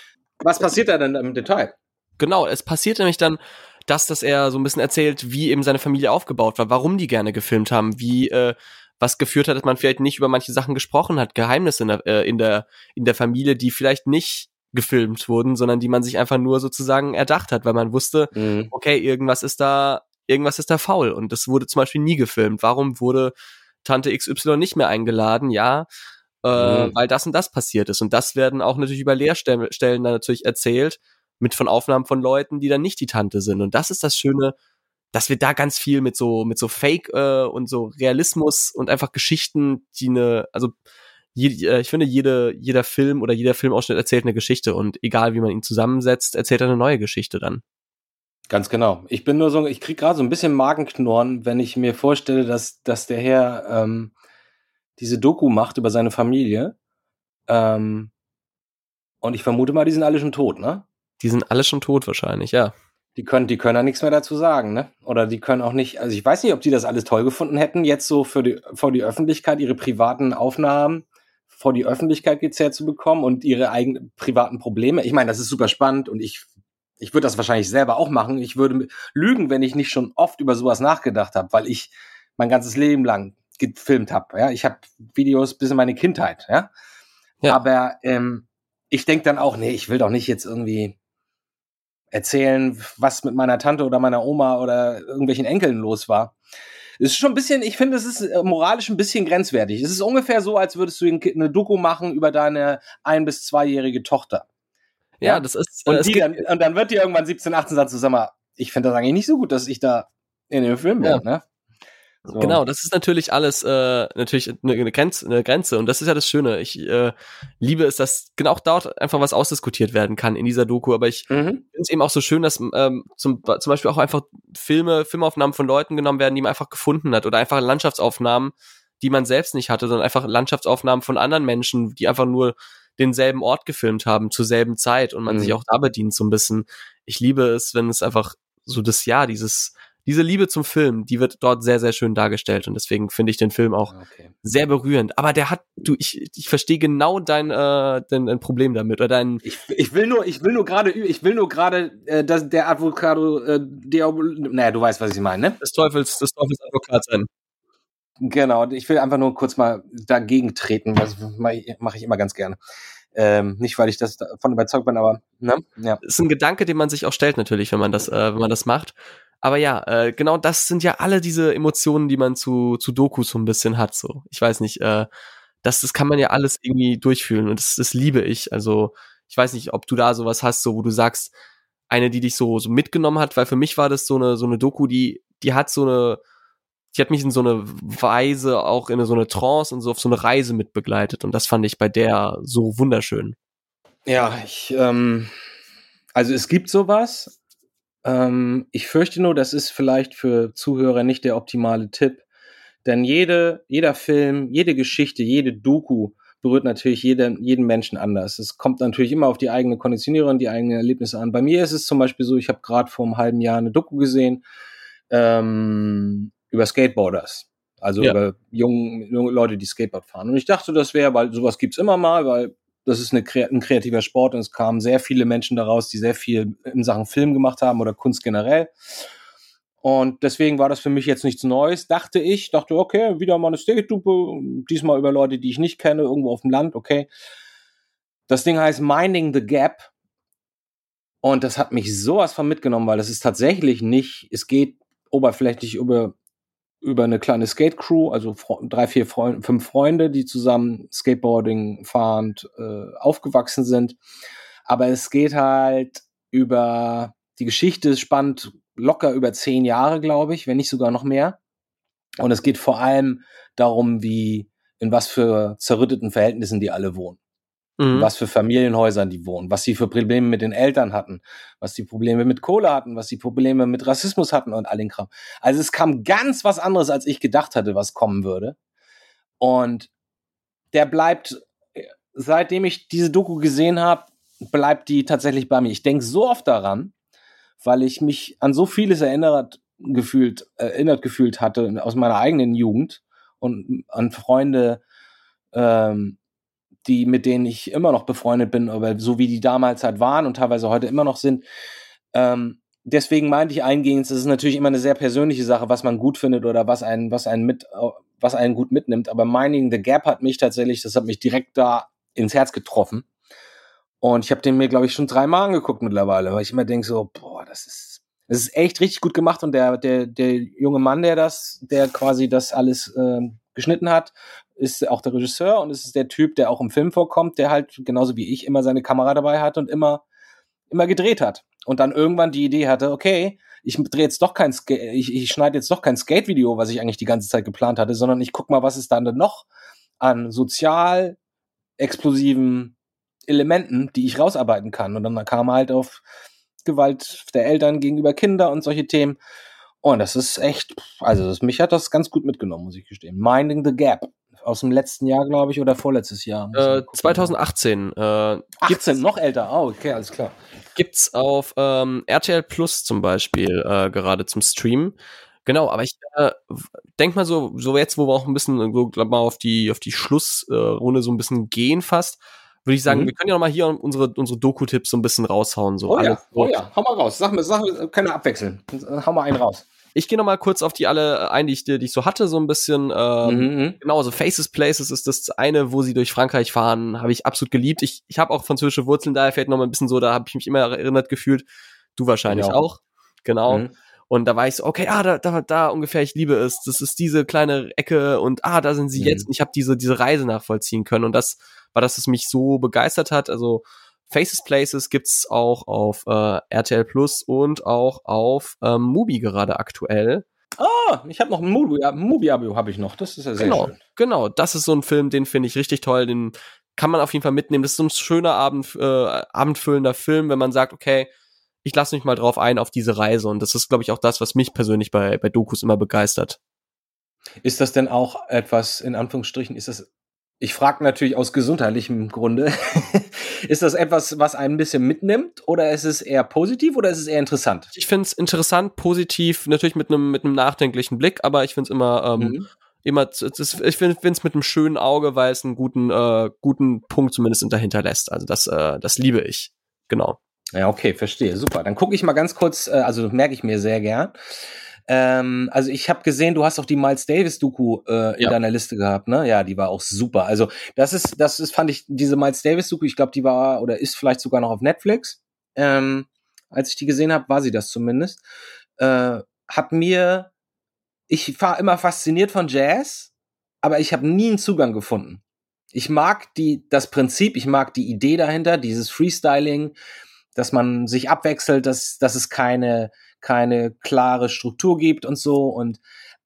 Was passiert da denn im Detail? Genau, es passiert nämlich dann, dass, dass er so ein bisschen erzählt, wie eben seine Familie aufgebaut war, warum die gerne gefilmt haben, wie, äh, was geführt hat, dass man vielleicht nicht über manche Sachen gesprochen hat, Geheimnisse in der, äh, in der, in der Familie, die vielleicht nicht gefilmt wurden, sondern die man sich einfach nur sozusagen erdacht hat, weil man wusste, mhm. okay, irgendwas ist da, irgendwas ist da faul und das wurde zum Beispiel nie gefilmt. Warum wurde Tante X Y nicht mehr eingeladen? Ja, äh, mhm. weil das und das passiert ist und das werden auch natürlich über Lehrstellen dann natürlich erzählt, mit von Aufnahmen von Leuten, die dann nicht die Tante sind und das ist das Schöne, dass wir da ganz viel mit so mit so Fake äh, und so Realismus und einfach Geschichten, die eine, also je, äh, ich finde jede jeder Film oder jeder Filmausschnitt erzählt eine Geschichte und egal wie man ihn zusammensetzt, erzählt er eine neue Geschichte dann. Ganz genau. Ich bin nur so, ich krieg gerade so ein bisschen Magenknurren, wenn ich mir vorstelle, dass dass der Herr ähm, diese Doku macht über seine Familie. Ähm, und ich vermute mal, die sind alle schon tot, ne? Die sind alle schon tot wahrscheinlich, ja. Die können, die können ja nichts mehr dazu sagen, ne? Oder die können auch nicht, also ich weiß nicht, ob die das alles toll gefunden hätten, jetzt so für die, vor die Öffentlichkeit ihre privaten Aufnahmen vor die Öffentlichkeit gezerrt zu bekommen und ihre eigenen privaten Probleme. Ich meine, das ist super spannend und ich, ich würde das wahrscheinlich selber auch machen. Ich würde lügen, wenn ich nicht schon oft über sowas nachgedacht habe, weil ich mein ganzes Leben lang gefilmt habe. Ja, ich habe Videos bis in meine Kindheit. Ja, ja. Aber ähm, ich denke dann auch, nee, ich will doch nicht jetzt irgendwie erzählen, was mit meiner Tante oder meiner Oma oder irgendwelchen Enkeln los war. Es ist schon ein bisschen, ich finde, es ist moralisch ein bisschen grenzwertig. Es ist ungefähr so, als würdest du eine Doku machen über deine ein- bis zweijährige Tochter. Ja, ja? das ist... Und, die dann, und dann wird die irgendwann siebzehn, achtzehn Satz zusammen, sag mal, ich finde das eigentlich nicht so gut, dass ich da in dem Film bin, ja. ne? So. Genau, das ist natürlich alles äh, natürlich eine, eine, Grenze, eine Grenze und das ist ja das Schöne. Ich äh, liebe es, dass genau dort einfach was ausdiskutiert werden kann in dieser Doku, aber ich mhm. finde es eben auch so schön, dass ähm, zum, zum Beispiel auch einfach Filme, Filmaufnahmen von Leuten genommen werden, die man einfach gefunden hat oder einfach Landschaftsaufnahmen, die man selbst nicht hatte, sondern einfach Landschaftsaufnahmen von anderen Menschen, die einfach nur denselben Ort gefilmt haben, zur selben Zeit und man mhm. sich auch da bedient so ein bisschen. Ich liebe es, wenn es einfach so das Jahr, dieses Diese Liebe zum Film, die wird dort sehr, sehr schön dargestellt und deswegen finde ich den Film auch okay. sehr berührend. Aber der hat, du, ich, ich verstehe genau dein, äh, dein, dein Problem damit oder dein. Ich, ich will nur, ich will nur gerade, ich will nur gerade, äh, dass der Advocado, äh, der, naja, du weißt, was ich meine, ne? Des Teufels, des Teufels Advokat sein. Genau, ich will einfach nur kurz mal dagegen treten, das mache ich immer ganz gerne. Ähm, nicht, weil ich das davon überzeugt bin, aber ne? Ja. Das ist ein Gedanke, den man sich auch stellt natürlich, wenn man das, äh, wenn man das macht. Aber ja, äh, genau das sind ja alle diese Emotionen, die man zu zu Dokus so ein bisschen hat. So, ich weiß nicht, äh, das das kann man ja alles irgendwie durchfühlen und das das liebe ich. Also ich weiß nicht, ob du da sowas hast, so wo du sagst, eine, die dich so so mitgenommen hat, weil für mich war das so eine so eine Doku, die die hat so eine Die hat mich in so eine Weise, auch in so eine Trance und so auf so eine Reise mitbegleitet. Und das fand ich bei der so wunderschön. Ja, ich, ähm, also es gibt sowas. Ähm, ich fürchte nur, das ist vielleicht für Zuhörer nicht der optimale Tipp. Denn jede, jeder Film, jede Geschichte, jede Doku berührt natürlich jeden, jeden Menschen anders. Es kommt natürlich immer auf die eigene Konditionierung, die eigenen Erlebnisse an. Bei mir ist es zum Beispiel so, ich habe gerade vor einem halben Jahr eine Doku gesehen, ähm, über Skateboarders, also ja. über junge, junge Leute, die Skateboard fahren. Und ich dachte, das wäre, weil sowas gibt's immer mal, weil das ist eine, ein kreativer Sport und es kamen sehr viele Menschen daraus, die sehr viel in Sachen Film gemacht haben oder Kunst generell. Und deswegen war das für mich jetzt nichts Neues, dachte ich. Dachte, okay, wieder mal eine Skate-Doku, diesmal über Leute, die ich nicht kenne, irgendwo auf dem Land, okay. Das Ding heißt Minding the Gap. Und das hat mich sowas von mitgenommen, weil das ist tatsächlich nicht, es geht oberflächlich über, über eine kleine Skate-Crew, also drei, vier, Freund, fünf Freunde, die zusammen Skateboarding fahrend äh, aufgewachsen sind. Aber es geht halt über, die Geschichte spannt locker über zehn Jahre, glaube ich, wenn nicht sogar noch mehr. Und es geht vor allem darum, wie, in was für zerrütteten Verhältnissen die alle wohnen. Mhm. Was für Familienhäusern die wohnen, was sie für Probleme mit den Eltern hatten, was die Probleme mit Kohle hatten, was die Probleme mit Rassismus hatten und all den Kram. Also es kam ganz was anderes, als ich gedacht hatte, was kommen würde. Und der bleibt, seitdem ich diese Doku gesehen habe, bleibt die tatsächlich bei mir. Ich denke so oft daran, weil ich mich an so vieles erinnert gefühlt, erinnert gefühlt hatte aus meiner eigenen Jugend und an Freunde, ähm, die, mit denen ich immer noch befreundet bin, aber so wie die damals halt waren und teilweise heute immer noch sind. Ähm, deswegen meinte ich eingehend, es ist natürlich immer eine sehr persönliche Sache, was man gut findet oder was einen, was einen mit, was einen gut mitnimmt. Aber Minding the Gap hat mich tatsächlich, das hat mich direkt da ins Herz getroffen. Und ich habe den mir, glaube ich, schon dreimal angeguckt mittlerweile, weil ich immer denke so, boah, das ist, das ist echt richtig gut gemacht. Und der, der, der junge Mann, der das, der quasi das alles äh, geschnitten hat, ist auch der Regisseur und es ist der Typ, der auch im Film vorkommt, der halt genauso wie ich immer seine Kamera dabei hat und immer, immer gedreht hat. Und dann irgendwann die Idee hatte, okay, ich drehe jetzt doch kein Skate, ich, ich schneide jetzt doch kein Skate-Video, was ich eigentlich die ganze Zeit geplant hatte, sondern ich guck mal, was ist dann denn noch an sozial explosiven Elementen, die ich rausarbeiten kann. Und dann kam halt auf Gewalt der Eltern gegenüber Kindern und solche Themen. Und das ist echt, also das, mich hat das ganz gut mitgenommen, muss ich gestehen. Minding the Gap. Aus dem letzten Jahr, glaube ich, oder vorletztes Jahr. Äh, zwanzig achtzehn. Äh, achtzehn, noch älter. Oh, okay, alles klar. Gibt's auf ähm, R T L Plus zum Beispiel äh, gerade zum Streamen. Genau, aber ich äh, denk mal so, so jetzt, wo wir auch ein bisschen so glaub mal auf die auf die Schlussrunde äh, so ein bisschen gehen fast, würde ich sagen, mhm. wir können ja noch mal hier unsere unsere Doku-Tipps so ein bisschen raushauen. So oh alles ja, oh ja, hau mal raus. Sag mir, sag mir, können wir abwechseln. Hau mal einen raus. Ich gehe noch mal kurz auf die alle ein, die ich, die ich so hatte, so ein bisschen. Ähm, mhm. Genau, so Faces Places ist das eine, wo sie durch Frankreich fahren, habe ich absolut geliebt. Ich, ich habe auch französische Wurzeln, daher fällt noch mal ein bisschen so, da habe ich mich immer erinnert gefühlt. Du wahrscheinlich ja. auch. Genau. Mhm. Und da war ich so, okay, ah, da, da, da ungefähr, ich liebe es. Das ist diese kleine Ecke und ah, da sind sie mhm. jetzt. Und ich habe diese, diese Reise nachvollziehen können. Und das war, dass es mich so begeistert hat. Also Faces Places gibt's auch auf äh, R T L Plus und auch auf ähm, Mubi gerade aktuell. Ah, ich habe noch ein Mubi, ja, Mubi-Abo habe ich noch. Das ist ja sehr genau, schön. Genau, das ist so ein Film, den finde ich richtig toll. Den kann man auf jeden Fall mitnehmen. Das ist so ein schöner Abend, äh, abendfüllender Film, wenn man sagt, okay, ich lasse mich mal drauf ein auf diese Reise. Und das ist, glaube ich, auch das, was mich persönlich bei bei Dokus immer begeistert. Ist das denn auch etwas, in Anführungsstrichen, ist das, ich frage natürlich aus gesundheitlichem Grunde, ist das etwas, was einen ein bisschen mitnimmt oder ist es eher positiv oder ist es eher interessant? Ich finde es interessant, positiv, natürlich mit einem mit einem nachdenklichen Blick, aber ich finde es immer ähm, mhm. immer es ist, ich finde es mit einem schönen Auge, weil es einen guten äh, guten Punkt zumindest dahinter lässt. Also das äh, das liebe ich. Genau. Ja, okay, verstehe. Super. Dann gucke ich mal ganz kurz, äh, also merke ich mir sehr gern. Ähm, also ich habe gesehen, du hast auch die Miles Davis Doku äh, in ja. deiner Liste gehabt, ne? Ja, die war auch super. Also das ist, das ist, fand ich, diese Miles Davis Doku, ich glaube, die war oder ist vielleicht sogar noch auf Netflix. Ähm, als ich die gesehen habe, war sie das zumindest. Äh, hat mir, ich war immer fasziniert von Jazz, aber ich habe nie einen Zugang gefunden. Ich mag die, das Prinzip, ich mag die Idee dahinter, dieses Freestyling, dass man sich abwechselt, dass, dass es keine, keine klare Struktur gibt und so. Und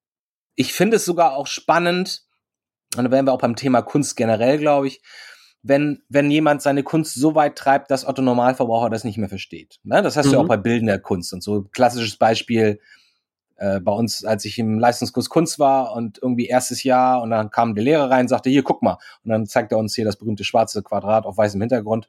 ich finde es sogar auch spannend, und da wären wir auch beim Thema Kunst generell, glaube ich, wenn, wenn jemand seine Kunst so weit treibt, dass Otto Normalverbraucher das nicht mehr versteht. Ne? Das hast mhm. du ja auch bei bildender Kunst und so. Klassisches Beispiel äh, bei uns, als ich im Leistungskurs Kunst war und irgendwie erstes Jahr und dann kam der Lehrer rein und sagte, hier, guck mal. Und dann zeigt er uns hier das berühmte schwarze Quadrat auf weißem Hintergrund.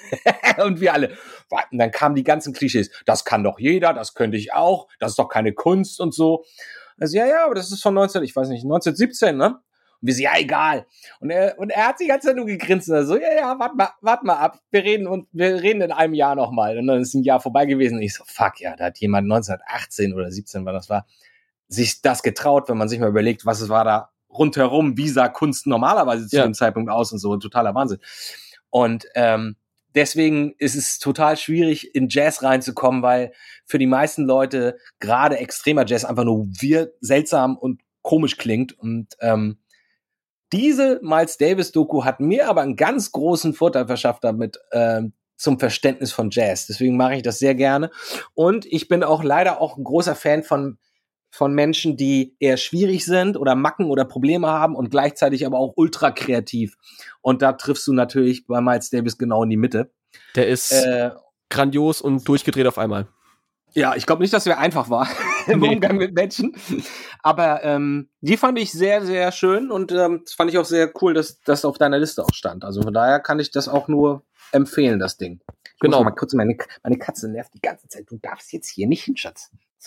Und wir alle. Und dann kamen die ganzen Klischees. Das kann doch jeder, das könnte ich auch. Das ist doch keine Kunst und so. Also ja, ja, aber das ist von neunzehn, ich weiß nicht, neunzehnhundertsiebzehn, ne? Und wir so, ja, egal. Und er, und er hat die ganze Zeit nur gegrinst und so, ja, ja, warte mal, warte mal ab, wir reden und wir reden in einem Jahr nochmal. Und dann ist ein Jahr vorbei gewesen und ich so, fuck, ja, da hat jemand neunzehnhundertachtzehn oder siebzehn, wann das war, sich das getraut, wenn man sich mal überlegt, was es war da rundherum, wie sah Kunst normalerweise zu ja. dem Zeitpunkt aus und so, totaler Wahnsinn. Und ähm, deswegen ist es total schwierig, in Jazz reinzukommen, weil für die meisten Leute gerade extremer Jazz einfach nur wir seltsam und komisch klingt. Und ähm, diese Miles Davis-Doku hat mir aber einen ganz großen Vorteil verschafft damit ähm, zum Verständnis von Jazz. Deswegen mache ich das sehr gerne. Und ich bin auch leider auch ein großer Fan von von Menschen, die eher schwierig sind oder Macken oder Probleme haben und gleichzeitig aber auch ultra kreativ. Und da triffst du natürlich bei Miles Davis genau in die Mitte. Der ist äh, grandios und durchgedreht auf einmal. Ja, ich glaube nicht, dass er einfach war im nee. Umgang mit Menschen. Aber ähm, die fand ich sehr, sehr schön und ähm, das fand ich auch sehr cool, dass das auf deiner Liste auch stand. Also von daher kann ich das auch nur empfehlen, das Ding. Ich genau. muss mal kurz, meine, meine Katze nervt die ganze Zeit. Du darfst jetzt hier nicht hin, Schatz. So.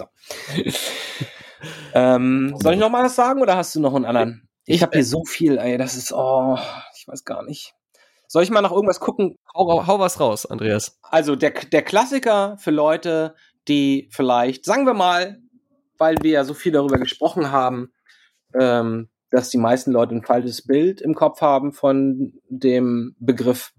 ähm, soll ich noch mal was sagen oder hast du noch einen anderen? Ich, ich habe hier so viel, ey, das ist, oh, ich weiß gar nicht. Soll ich mal nach irgendwas gucken? Hau, hau was raus, Andreas. Also der, der Klassiker für Leute, die vielleicht, sagen wir mal, weil wir ja so viel darüber gesprochen haben, ähm, dass die meisten Leute ein falsches Bild im Kopf haben von dem Begriff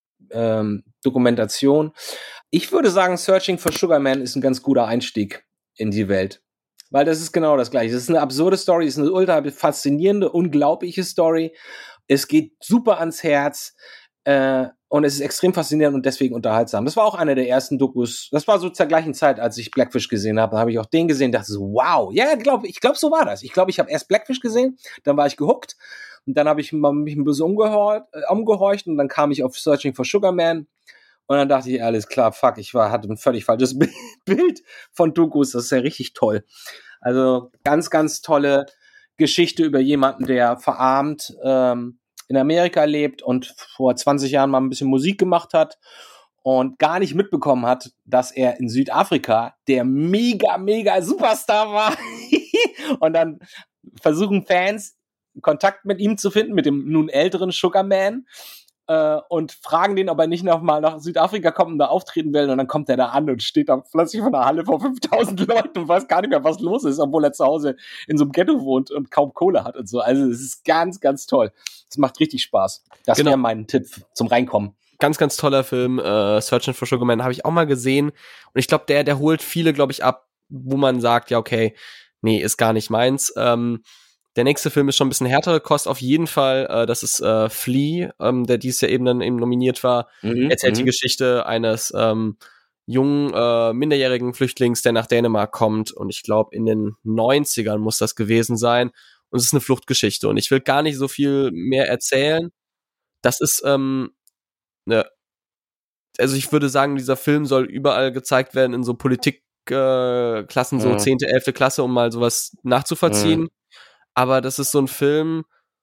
ähm, Dokumentation. Ich würde sagen, Searching for Sugar Man ist ein ganz guter Einstieg in die Welt. Weil das ist genau das Gleiche. Das ist eine absurde Story, ist eine ultra faszinierende, unglaubliche Story. Es geht super ans Herz äh, und es ist extrem faszinierend und deswegen unterhaltsam. Das war auch einer der ersten Dokus. Das war so zur gleichen Zeit, als ich Blackfish gesehen habe. Da habe ich auch den gesehen, dachte so, wow. Ja, glaub, ich glaube, so war das. Ich glaube, ich habe erst Blackfish gesehen, dann war ich gehuckt und dann habe ich mich ein bisschen umgehorcht, äh, umgehorcht und dann kam ich auf Searching for Sugar Man. Und dann dachte ich, alles klar, fuck, ich war, hatte ein völlig falsches Bild von Dokus. Das ist ja richtig toll. Also ganz, ganz tolle Geschichte über jemanden, der verarmt ähm, in Amerika lebt und vor zwanzig Jahren mal ein bisschen Musik gemacht hat und gar nicht mitbekommen hat, dass er in Südafrika der mega, mega Superstar war. Und dann versuchen Fans Kontakt mit ihm zu finden, mit dem nun älteren Sugar Man. Äh, und fragen den, ob er nicht noch mal nach Südafrika kommt und da auftreten will. Und dann kommt er da an und steht da plötzlich von der Halle vor fünftausend Leuten und weiß gar nicht mehr, was los ist, obwohl er zu Hause in so einem Ghetto wohnt und kaum Kohle hat und so. Also es ist ganz, ganz toll. Es macht richtig Spaß. Das genau. wäre mein Tipp zum Reinkommen. Ganz, ganz toller Film. Äh, Searching for Sugar Man habe ich auch mal gesehen. Und ich glaube, der, der holt viele, glaube ich, ab, wo man sagt, ja, okay, nee, ist gar nicht meins. Ähm, Der nächste Film ist schon ein bisschen härtere Kost auf jeden Fall. Äh, das ist äh, Flea, ähm, der dieses Jahr eben dann eben nominiert war. Mhm, Erzählt m- die Geschichte eines ähm, jungen, äh, minderjährigen Flüchtlings, der nach Dänemark kommt. Und ich glaube, in den neunzigern muss das gewesen sein. Und es ist eine Fluchtgeschichte. Und ich will gar nicht so viel mehr erzählen. Das ist, ähm, ne, also ich würde sagen, dieser Film soll überall gezeigt werden in so Politikklassen, äh, so zehnte, elfte Klasse, um mal sowas nachzuvollziehen. Mhm. Aber das ist so ein Film,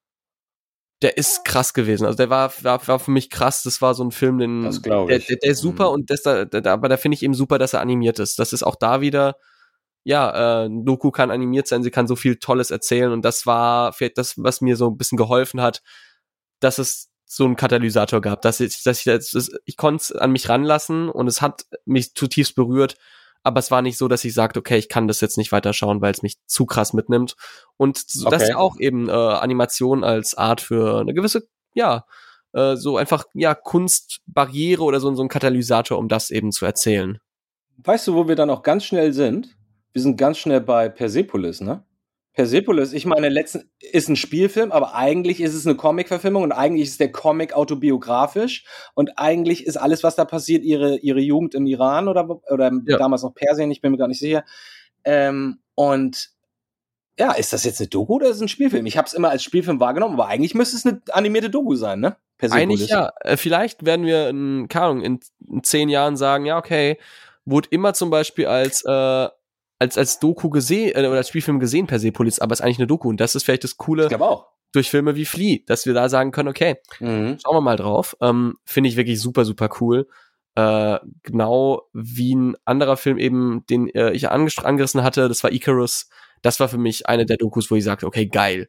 der ist krass gewesen. Also der war, war, war für mich krass. Das war so ein Film, den, das der, der, der ist super mhm. und das da, der, aber da finde ich eben super, dass er animiert ist. Das ist auch da wieder, ja, äh, ein Doku kann animiert sein, sie kann so viel Tolles erzählen und das war vielleicht das, was mir so ein bisschen geholfen hat, dass es so einen Katalysator gab, dass ich, dass ich, das, ich konnte es an mich ranlassen und es hat mich zutiefst berührt. Aber es war nicht so, dass ich sagte, okay, ich kann das jetzt nicht weiterschauen, weil es mich zu krass mitnimmt. Und so, okay. Das ist ja auch eben äh, Animation als Art für eine gewisse, ja, äh, so einfach, ja, Kunstbarriere oder so, so ein Katalysator, um das eben zu erzählen. Weißt du, wo wir dann auch ganz schnell sind? Wir sind ganz schnell bei Persepolis, ne? Persepolis, ich meine, letzten ist ein Spielfilm, aber eigentlich ist es eine Comic-Verfilmung und eigentlich ist der Comic autobiografisch und eigentlich ist alles, was da passiert, ihre ihre Jugend im Iran oder oder ja. damals noch Persien, ich bin mir gar nicht sicher. Ähm, und ja, ist das jetzt eine Doku oder ist es ein Spielfilm? Ich habe es immer als Spielfilm wahrgenommen, aber eigentlich müsste es eine animierte Doku sein, ne? Persepolis. Eigentlich ja. Äh, vielleicht werden wir in, keine Ahnung, in, in zehn Jahren sagen, ja, okay, wurde immer zum Beispiel als äh, als als Doku gesehen äh, oder als Spielfilm gesehen Persepolis, aber ist eigentlich eine Doku und das ist vielleicht das Coole. Ich glaube auch. Durch Filme wie Flea, dass wir da sagen können, okay, mhm. schauen wir mal drauf. Ähm, finde ich wirklich super, super cool. Äh, genau wie ein anderer Film eben, den äh, ich angest- angerissen hatte, das war Icarus. Das war für mich eine der Dokus, wo ich sagte, okay, geil.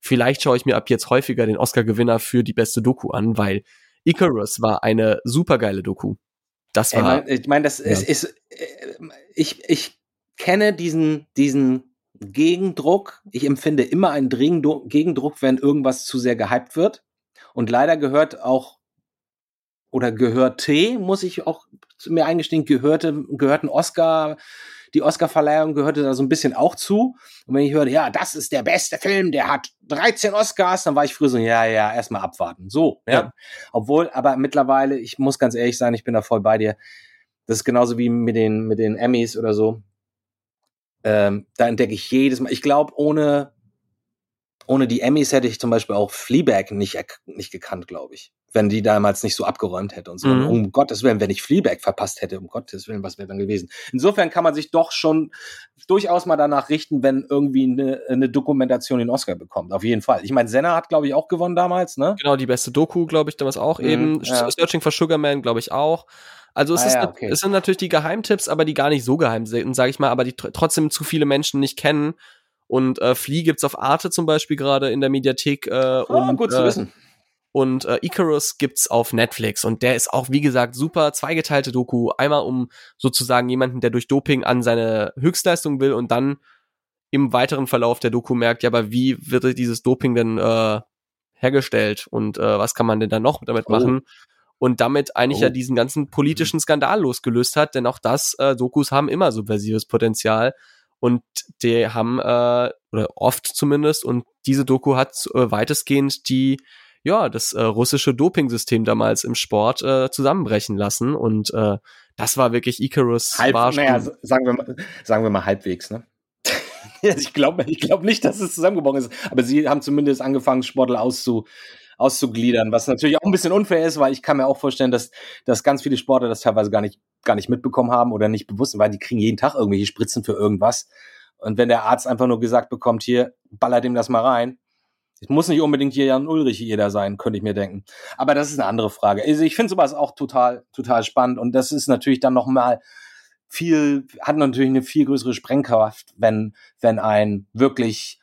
vielleicht schaue ich mir ab jetzt häufiger den Oscar-Gewinner für die beste Doku an, weil Icarus war eine supergeile Doku. Das Ich war, meine, ich mein, das ja. ist, ist äh, ich, ich kenne diesen, diesen Gegendruck. Ich empfinde immer einen Dringendru- Gegendruck, wenn irgendwas zu sehr gehypt wird. Und leider gehört auch, oder gehörte, muss ich auch zu mir eingestehen, gehörte, gehörten Oscar, die Oscar-Verleihung gehörte da so ein bisschen auch zu. Und wenn ich hörte, ja, das ist der beste Film, der hat dreizehn Oscars, dann war ich früher so, ja, ja, erstmal abwarten. So, ja. Ja. Obwohl, aber mittlerweile, ich muss ganz ehrlich sein, ich bin da voll bei dir. Das ist genauso wie mit den, mit den Emmys oder so. Ähm, da entdecke ich jedes Mal. Ich glaube, ohne, ohne die Emmys hätte ich zum Beispiel auch Fleabag nicht, erk- nicht gekannt, glaube ich. Wenn die damals nicht so abgeräumt hätte und so. Mhm. Um Gottes Willen, wenn ich Fleabag verpasst hätte, um Gottes Willen, was wäre dann gewesen? Insofern kann man sich doch schon durchaus mal danach richten, wenn irgendwie eine, eine Dokumentation den Oscar bekommt. Auf jeden Fall. Ich meine, Senna hat, glaube ich, auch gewonnen damals, ne? Genau, die beste Doku, glaube ich, damals auch Mhm, eben. ja. Searching for Sugar Man, glaube ich, auch. Also es, Ah ist, ja, okay. es sind natürlich die Geheimtipps, aber die gar nicht so geheim sind, sage ich mal, aber die tr- trotzdem zu viele Menschen nicht kennen. Und äh, Flea gibt's auf Arte zum Beispiel gerade in der Mediathek. Äh, Ah, und, gut zu äh, wissen. Und äh, Icarus gibt's auf Netflix. Und der ist auch, wie gesagt, super zweigeteilte Doku. Einmal um sozusagen jemanden, der durch Doping an seine Höchstleistung will und dann im weiteren Verlauf der Doku merkt, ja, aber wie wird dieses Doping denn äh, hergestellt und äh, was kann man denn da noch damit Oh. machen? Und damit eigentlich Oh. ja diesen ganzen politischen Skandal losgelöst hat, denn auch das, äh, Dokus haben immer subversives Potenzial und die haben, äh, oder oft zumindest, und diese Doku hat äh, weitestgehend die, ja, das äh, russische Dopingsystem damals im Sport äh, zusammenbrechen lassen und äh, das war wirklich Icarus. Halb, war naja, schon, sagen wir mal, sagen wir mal halbwegs, ne? Ich glaube ich glaub nicht, dass es zusammengebrochen ist, aber sie haben zumindest angefangen, Sportler auszu, auszugliedern, was natürlich auch ein bisschen unfair ist, weil ich kann mir auch vorstellen, dass, dass ganz viele Sportler das teilweise gar nicht, gar nicht mitbekommen haben oder nicht bewusst, weil die kriegen jeden Tag irgendwelche Spritzen für irgendwas. Und wenn der Arzt einfach nur gesagt bekommt, hier, ballert ihm das mal rein, es muss nicht unbedingt hier Jan Ulrich jeder sein, könnte ich mir denken. Aber das ist eine andere Frage. Also ich finde sowas auch total, total spannend und das ist natürlich dann nochmal viel, hat natürlich eine viel größere Sprengkraft, wenn, wenn ein wirklich,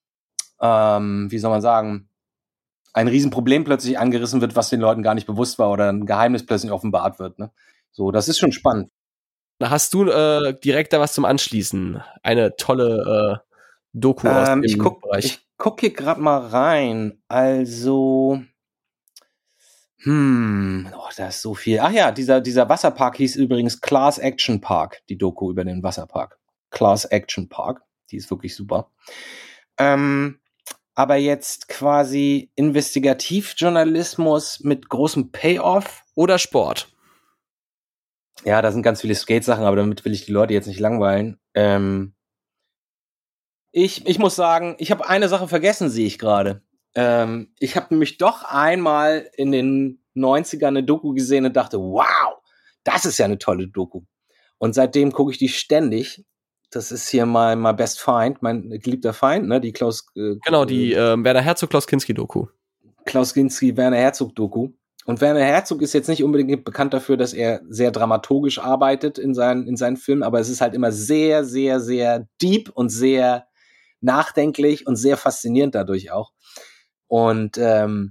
ähm, wie soll man sagen, ein Riesenproblem plötzlich angerissen wird, was den Leuten gar nicht bewusst war oder ein Geheimnis plötzlich offenbart wird, ne? So, das ist schon spannend. da hast du äh, direkt da was zum Anschließen. Eine tolle äh, Doku aus Ähm, dem ich guck, Bereich. ich guck hier gerade mal rein. Also, hm, oh, da ist so viel. Ach ja, dieser, dieser Wasserpark hieß übrigens Class Action Park, die Doku über den Wasserpark. Class Action Park, die ist wirklich super. Ähm, aber jetzt quasi Investigativjournalismus mit großem Payoff. Oder Sport. Ja, da sind ganz viele Skate-Sachen, aber damit will ich die Leute jetzt nicht langweilen. Ähm, ich, ich muss sagen, ich habe eine Sache vergessen, sehe ich gerade. Ähm, ich habe nämlich doch einmal in den neunzigern eine Doku gesehen und dachte, wow, das ist ja eine tolle Doku. Und seitdem gucke ich die ständig. Das ist hier mein, mein Best Find, mein geliebter Feind, ne? Die Klaus äh, Genau, die äh, Werner Herzog Klaus Kinski Doku. Klaus Kinski Werner Herzog Doku. Und Werner Herzog ist jetzt nicht unbedingt bekannt dafür, dass er sehr dramaturgisch arbeitet in seinen, in seinen Filmen, aber es ist halt immer sehr, sehr, sehr deep und sehr nachdenklich und sehr faszinierend dadurch auch. Und, ähm,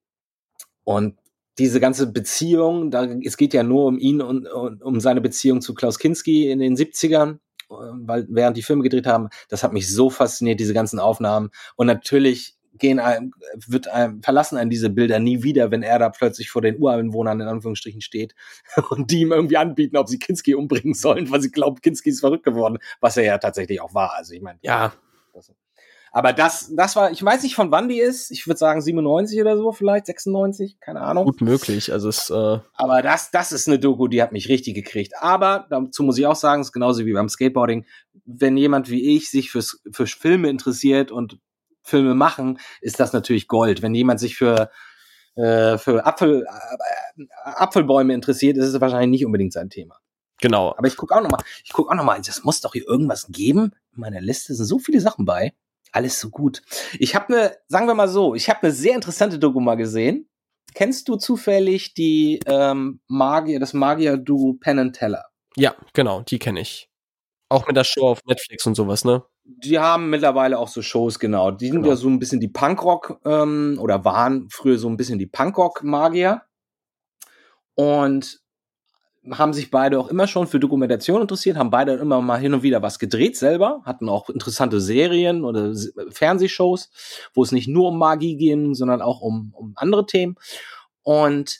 und diese ganze Beziehung, da, es geht ja nur um ihn und, und um seine Beziehung zu Klaus Kinski in den siebzigern, weil während die Filme gedreht haben, das hat mich so fasziniert, diese ganzen Aufnahmen. Und natürlich gehen einem, wird einem, verlassen einen diese Bilder nie wieder, wenn er da plötzlich vor den Ureinwohnern in Anführungsstrichen steht und die ihm irgendwie anbieten, ob sie Kinski umbringen sollen, weil sie glauben, Kinski ist verrückt geworden, was er ja tatsächlich auch war. Also ich meine, Ja. aber das, das war, ich weiß nicht, von wann die ist. Ich würde sagen siebenundneunzig oder so, vielleicht sechsundneunzig, keine Ahnung. Gut möglich. Also es, äh, Aber das, das ist eine Doku, die hat mich richtig gekriegt. Aber dazu muss ich auch sagen, es ist genauso wie beim Skateboarding. Wenn jemand wie ich sich fürs, für Filme interessiert und Filme machen, ist das natürlich Gold. Wenn jemand sich für, äh, für Apfel, äh, Apfelbäume interessiert, ist es wahrscheinlich nicht unbedingt sein Thema. genau. Aber ich gucke auch nochmal, ich gucke auch nochmal, es muss doch hier irgendwas geben. In meiner Liste sind so viele Sachen bei. Alles so gut. Ich habe eine, sagen wir mal so, ich habe eine sehr interessante Doku mal gesehen. Kennst du zufällig die ähm, Magier, das Magier-Duo Penn and Teller? Ja, genau, die kenne ich. Auch mit der Show auf Netflix und sowas, ne? Die haben mittlerweile auch so Shows, genau. Die sind Genau. ja so ein bisschen die Punkrock ähm, oder waren früher so ein bisschen die Punkrock-Magier und haben sich beide auch immer schon für Dokumentation interessiert, haben beide immer mal hin und wieder was gedreht selber, hatten auch interessante Serien oder S- Fernsehshows, wo es nicht nur um Magie ging, sondern auch um, um andere Themen. Und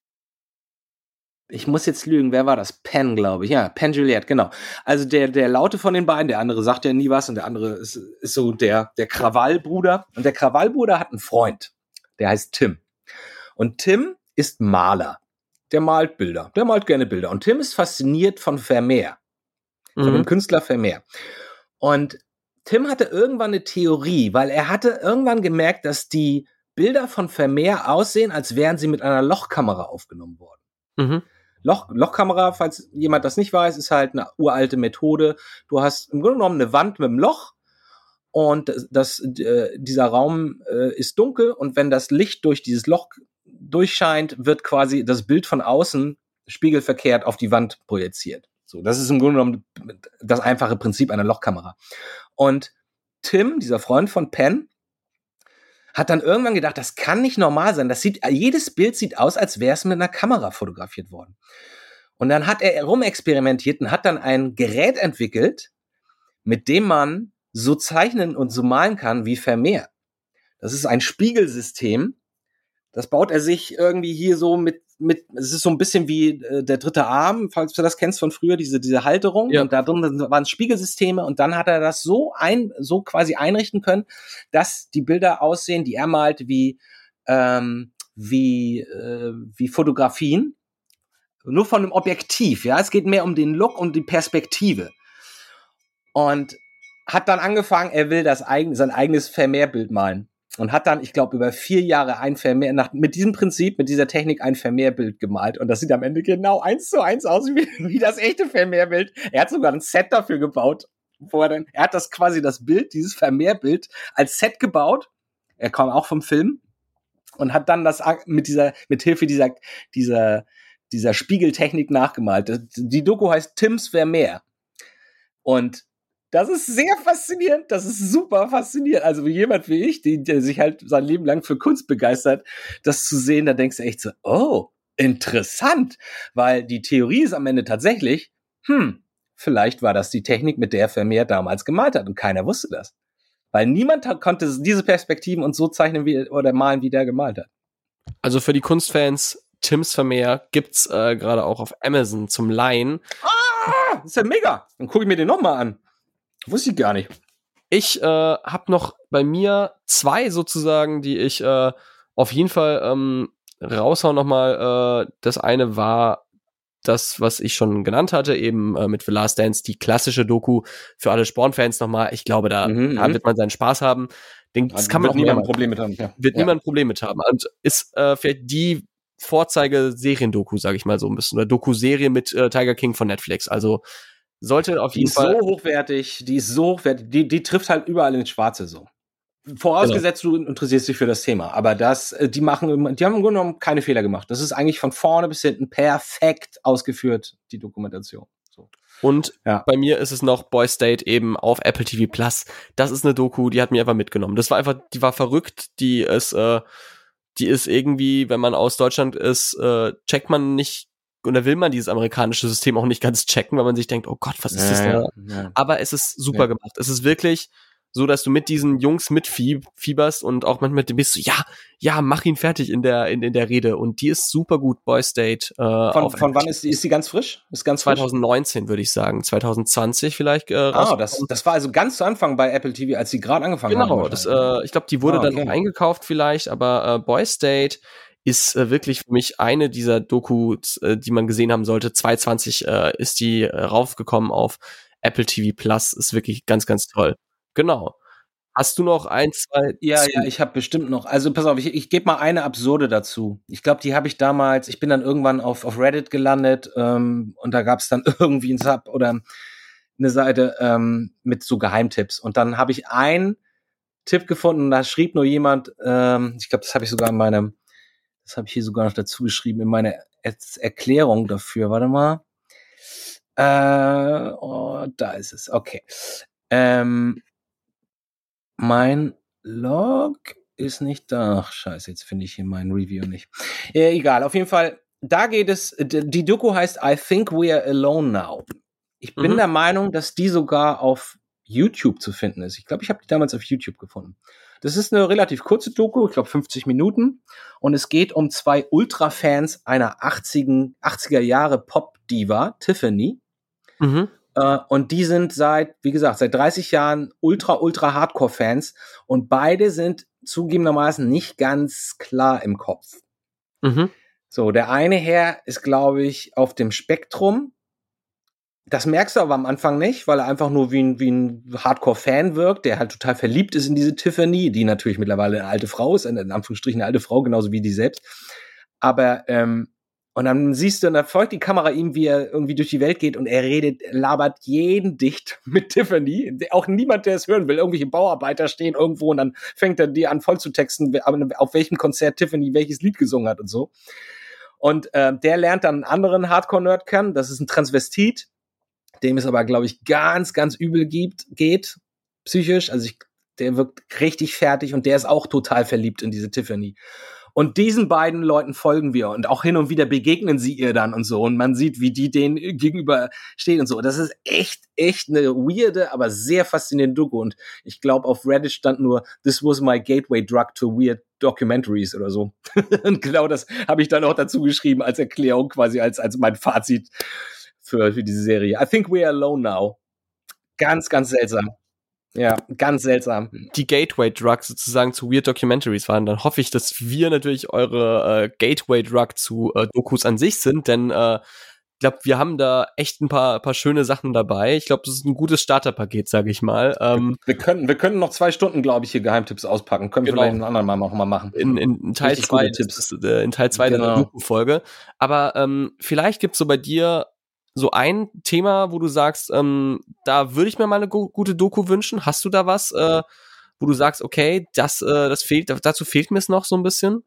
ich muss jetzt lügen, wer war das? Penn, glaube ich. Ja, Penn Jillette, genau. Also der, der Laute von den beiden, der andere sagt ja nie was und der andere ist, ist so der, der Krawallbruder. Und der Krawallbruder hat einen Freund, der heißt Tim. Und Tim ist Maler. Der malt Bilder. Der malt gerne Bilder. Und Tim ist fasziniert von Vermeer. Von dem Mhm. Künstler Vermeer. Und Tim hatte irgendwann eine Theorie, weil er hatte irgendwann gemerkt, dass die Bilder von Vermeer aussehen, als wären sie mit einer Lochkamera aufgenommen worden. Mhm. Loch, Lochkamera, falls jemand das nicht weiß, ist halt eine uralte Methode. Du hast im Grunde genommen eine Wand mit einem Loch und das, das, äh, dieser Raum äh, ist dunkel und wenn das Licht durch dieses Loch durchscheint, wird quasi das Bild von außen spiegelverkehrt auf die Wand projiziert. So, das ist im Grunde genommen das einfache Prinzip einer Lochkamera. Und Tim, dieser Freund von Penn, hat dann irgendwann gedacht, das kann nicht normal sein. Das sieht, jedes Bild sieht aus, als wäre es mit einer Kamera fotografiert worden. Und dann hat er rumexperimentiert und hat dann ein Gerät entwickelt, mit dem man so zeichnen und so malen kann wie Vermeer. Das ist ein Spiegelsystem. Das baut er sich irgendwie hier so mit, mit, es ist so ein bisschen wie äh, der dritte Arm, falls du das kennst von früher, diese, diese Halterung. Ja. Und da drin waren Spiegelsysteme und dann hat er das so ein, so quasi einrichten können, dass die Bilder aussehen, die er malt, wie, ähm, wie, äh, wie Fotografien. Nur von einem Objektiv, ja. Es geht mehr um den Look und die Perspektive. Und hat dann angefangen, er will das eigen, sein eigenes Vermeerbild malen. Und hat dann, ich glaube, über vier Jahre ein Vermeer, nach, mit diesem Prinzip, mit dieser Technik ein Vermeerbild gemalt. Und das sieht am Ende genau eins zu eins aus wie, wie das echte Vermeerbild. Er hat sogar ein Set dafür gebaut. Wo er, dann, er hat das quasi das Bild, dieses Vermeerbild, als Set gebaut. Er kam auch vom Film. Und hat dann das mit dieser, mit Hilfe dieser, dieser, dieser Spiegeltechnik nachgemalt. Die Doku heißt Tims Vermeer. Und das ist sehr faszinierend, das ist super faszinierend. Also wie jemand wie ich, die, der sich halt sein Leben lang für Kunst begeistert, das zu sehen, da denkst du echt so, oh, interessant. Weil die Theorie ist am Ende tatsächlich, hm, vielleicht war das die Technik, mit der Vermeer damals gemalt hat und keiner wusste das. Weil niemand konnte diese Perspektiven und so zeichnen wie, oder malen, wie der gemalt hat. Also für die Kunstfans, Tims Vermeer gibt's äh, gerade auch auf Amazon zum Leihen. Ah, das ist ja mega. Dann gucke ich mir den nochmal an. Wusste ich gar nicht. Ich äh, habe noch bei mir zwei sozusagen, die ich äh, auf jeden Fall ähm, raushauen nochmal. Äh, das eine war das, was ich schon genannt hatte, eben äh, mit The Last Dance, die klassische Doku für alle Spornfans nochmal. Ich glaube, da, Mhm, da mhm. wird man seinen Spaß haben. Den, das kann man Wird auch niemand ein mehrmals- Problem mit haben. Ja. wird Ja. niemand ein Problem mit haben. Und ist äh, vielleicht die Vorzeige-Serien-Doku, sage ich mal so ein bisschen, oder Doku-Serie mit äh, Tiger King von Netflix. Also sollte auf Die jeden ist Fall. so hochwertig, die ist so hochwertig, die, die trifft halt überall ins Schwarze so. Vorausgesetzt, du interessierst dich für das Thema. Aber das, äh, die machen, immer- die haben im Grunde genommen keine Fehler gemacht. Das ist eigentlich von vorne bis hinten perfekt ausgeführt, die Dokumentation. So. Und Ja. bei mir ist es noch Boy State eben auf Apple T V Plus. Das ist eine Doku, die hat mir einfach mitgenommen. Das war einfach, die war verrückt, die ist, äh, die ist irgendwie, wenn man aus Deutschland ist, äh, checkt man nicht, oder will man dieses amerikanische System auch nicht ganz checken, weil man sich denkt, oh Gott, was ist das da? Ja. Aber es ist super Ja. gemacht. Es ist wirklich so, dass du mit diesen Jungs mitfieberst und auch manchmal bist du, ja, ja, mach ihn fertig in der, in, in der Rede. Und die ist super gut, Boy State. Äh, Von, auf von wann ist die? Ist die ganz frisch? Ist ganz frisch? zwanzig neunzehn würde ich sagen. zwanzig zwanzig vielleicht. Äh, Ah, rausgekommen. das, das war also ganz zu Anfang bei Apple T V, als die gerade angefangen haben. Genau, das, äh, ich glaube, die wurde Ah, dann okay. noch eingekauft vielleicht, aber äh, Boy State ist äh, wirklich für mich eine dieser Dokus, äh, die man gesehen haben sollte. zwanzig zwanzig äh, ist die äh, raufgekommen auf Apple T V Plus, ist wirklich ganz, ganz toll. Genau. Hast du noch ein, zwei? Ja, zu- ja, ich habe bestimmt noch. Also pass auf, ich, ich gebe mal eine absurde dazu. Ich glaube, die habe ich damals, ich bin dann irgendwann auf, auf Reddit gelandet ähm, und da gab es dann irgendwie ein Sub oder eine Seite ähm, mit so Geheimtipps. Und dann habe ich einen Tipp gefunden, da schrieb nur jemand, ähm, ich glaube, das habe ich sogar in meinem, das habe ich hier sogar noch dazu geschrieben, in meiner Er- Erklärung dafür. Warte mal. Äh, oh, da ist es. Okay. Ähm, Mein Log ist nicht da. Ach, scheiße, jetzt finde ich hier mein Review nicht. Äh, egal, auf jeden Fall, da geht es, die Doku heißt I Think We Are Alone Now. Ich bin mhm. der Meinung, dass die sogar auf YouTube zu finden ist. Ich glaube, ich habe die damals auf YouTube gefunden. Das ist eine relativ kurze Doku, ich glaube fünfzig Minuten. Und es geht um zwei Ultra-Fans einer achtziger Jahre Pop-Diva, Tiffany. Mhm. Uh, und die sind seit, wie gesagt, seit dreißig Jahren ultra, ultra Hardcore-Fans. Und beide sind zugegebenermaßen nicht ganz klar im Kopf. Mhm. So, der eine Herr ist, glaube ich, auf dem Spektrum. Das merkst du aber am Anfang nicht, weil er einfach nur wie ein, wie ein Hardcore-Fan wirkt, der halt total verliebt ist in diese Tiffany, die natürlich mittlerweile eine alte Frau ist, in Anführungsstrichen eine alte Frau, genauso wie die selbst. Aber, ähm, und dann siehst du, und dann folgt die Kamera ihm, wie er irgendwie durch die Welt geht und er redet, labert jeden dicht mit Tiffany. Auch niemand, der es hören will. Irgendwelche Bauarbeiter stehen irgendwo und dann fängt er die an voll zu texten, auf welchem Konzert Tiffany welches Lied gesungen hat und so. Und äh, der lernt dann einen anderen Hardcore-Nerd kennen, das ist ein Transvestit, dem es aber, glaube ich, ganz, ganz übel gibt, geht, psychisch. Also ich, der wirkt richtig fertig und der ist auch total verliebt in diese Tiffany. Und diesen beiden Leuten folgen wir und auch hin und wieder begegnen sie ihr dann und so. Und man sieht, wie die denen gegenüber stehen und so. Das ist echt, echt eine weirde, aber sehr faszinierende Doku. Und ich glaube, auf Reddit stand nur, this was my gateway drug to weird documentaries oder so. Und genau das habe ich dann auch dazu geschrieben als Erklärung, quasi als, als mein Fazit für, für diese Serie. I think we are alone now. Ganz, ganz seltsam. Ja, ganz seltsam. Die Gateway-Drug sozusagen zu Weird Documentaries waren. Dann hoffe ich, dass wir natürlich eure äh, Gateway-Drug zu äh, Dokus an sich sind, denn äh, ich glaube, wir haben da echt ein paar, paar schöne Sachen dabei. Ich glaube, das ist ein gutes Starterpaket, sage ich mal. Ähm, wir, wir können, wir können noch zwei Stunden, glaube ich, hier Geheimtipps auspacken. Können wir genau. vielleicht einen anderen Mal noch mal machen. In, in, in Teil zwei Tipps, äh, in Teil zwei genau. der Doku-Folge. Aber ähm, vielleicht gibt's so bei dir so ein Thema, wo du sagst, ähm, da würde ich mir mal eine go- gute Doku wünschen. Hast du da was, äh, wo du sagst, okay, das, äh, das fehlt, dazu fehlt mir es noch so ein bisschen?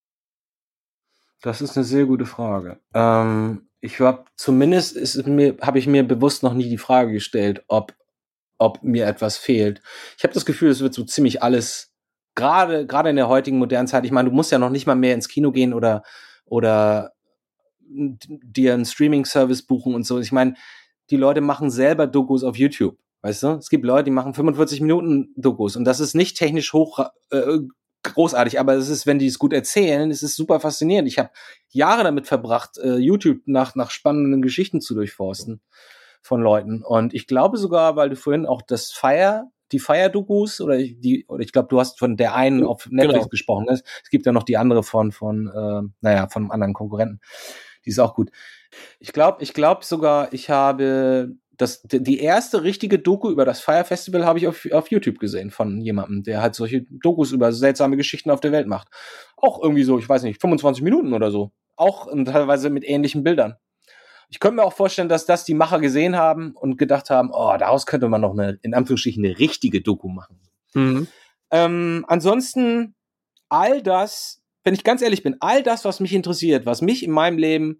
Das ist eine sehr gute Frage. Ähm, ich habe zumindest ist es mir, habe ich mir bewusst noch nie die Frage gestellt, ob, ob mir etwas fehlt. Ich habe das Gefühl, es wird so ziemlich alles, gerade, gerade in der heutigen modernen Zeit. Ich meine, du musst ja noch nicht mal mehr ins Kino gehen oder, oder dir einen Streaming-Service buchen und so. Ich meine, die Leute machen selber Dokus auf YouTube, weißt du? Es gibt Leute, die machen fünfundvierzig Minuten Dokus und das ist nicht technisch hoch äh, großartig, aber es ist, wenn die es gut erzählen, es ist super faszinierend. Ich habe Jahre damit verbracht, äh, YouTube nach nach spannenden Geschichten zu durchforsten von Leuten und ich glaube sogar, weil du vorhin auch das Fire die Fire-Dokus oder die oder ich glaube, du hast von der einen auf Netflix genau. gesprochen. Ne? Es gibt ja noch die andere von von äh, naja von einem anderen Konkurrenten. Die ist auch gut. Ich glaube, ich glaube sogar, ich habe das, die erste richtige Doku über das Fire Festival habe ich auf, auf YouTube gesehen von jemandem, der halt solche Dokus über seltsame Geschichten auf der Welt macht. Auch irgendwie so, ich weiß nicht, fünfundzwanzig Minuten oder so. Auch teilweise mit ähnlichen Bildern. Ich könnte mir auch vorstellen, dass das die Macher gesehen haben und gedacht haben, oh, daraus könnte man noch eine, in Anführungsstrichen, eine richtige Doku machen. Mhm. Ähm, ansonsten, all das, wenn ich ganz ehrlich bin, all das, was mich interessiert, was mich in meinem Leben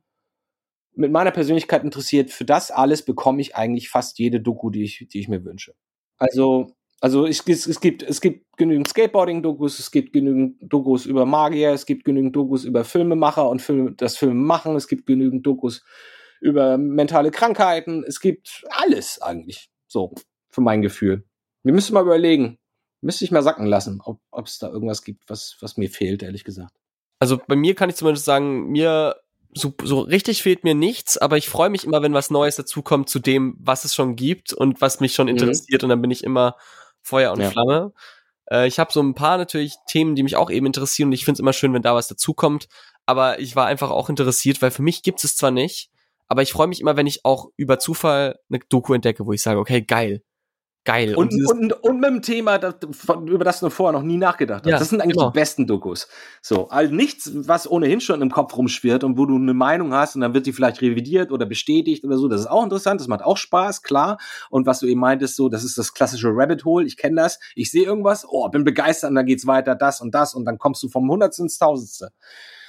mit meiner Persönlichkeit interessiert, für das alles bekomme ich eigentlich fast jede Doku, die ich, die ich mir wünsche. Also, also es, es, es gibt, es gibt genügend Skateboarding-Dokus, es gibt genügend Dokus über Magier, es gibt genügend Dokus über Filmemacher und Film, das Film machen, es gibt genügend Dokus über mentale Krankheiten, es gibt alles eigentlich, so, für mein Gefühl. Wir müssen mal überlegen, müsste ich mal sacken lassen, ob ob es da irgendwas gibt, was, was mir fehlt, ehrlich gesagt. Also bei mir kann ich zumindest sagen, mir so, so richtig fehlt mir nichts, aber ich freue mich immer, wenn was Neues dazukommt zu dem, was es schon gibt und was mich schon interessiert, mhm. und dann bin ich immer Feuer und ja. Flamme. Äh, ich habe so ein paar natürlich Themen, die mich auch eben interessieren und ich finde es immer schön, wenn da was dazukommt, aber ich war einfach auch interessiert, weil für mich gibt es zwar nicht, aber ich freue mich immer, wenn ich auch über Zufall eine Doku entdecke, wo ich sage, okay, geil. Geil. Und, und, und, und mit dem Thema, das, über das du vorher noch nie nachgedacht hast. Ja, das sind eigentlich genau. die besten Dokus. So, also nichts, was ohnehin schon im Kopf rumschwirrt und wo du eine Meinung hast und dann wird die vielleicht revidiert oder bestätigt oder so. Das ist auch interessant, das macht auch Spaß, klar. Und was du eben meintest, so, das ist das klassische Rabbit Hole. Ich kenne das. Ich sehe irgendwas, oh, bin begeistert und dann geht's weiter, das und das und dann kommst du vom Hundertste ins Tausendste.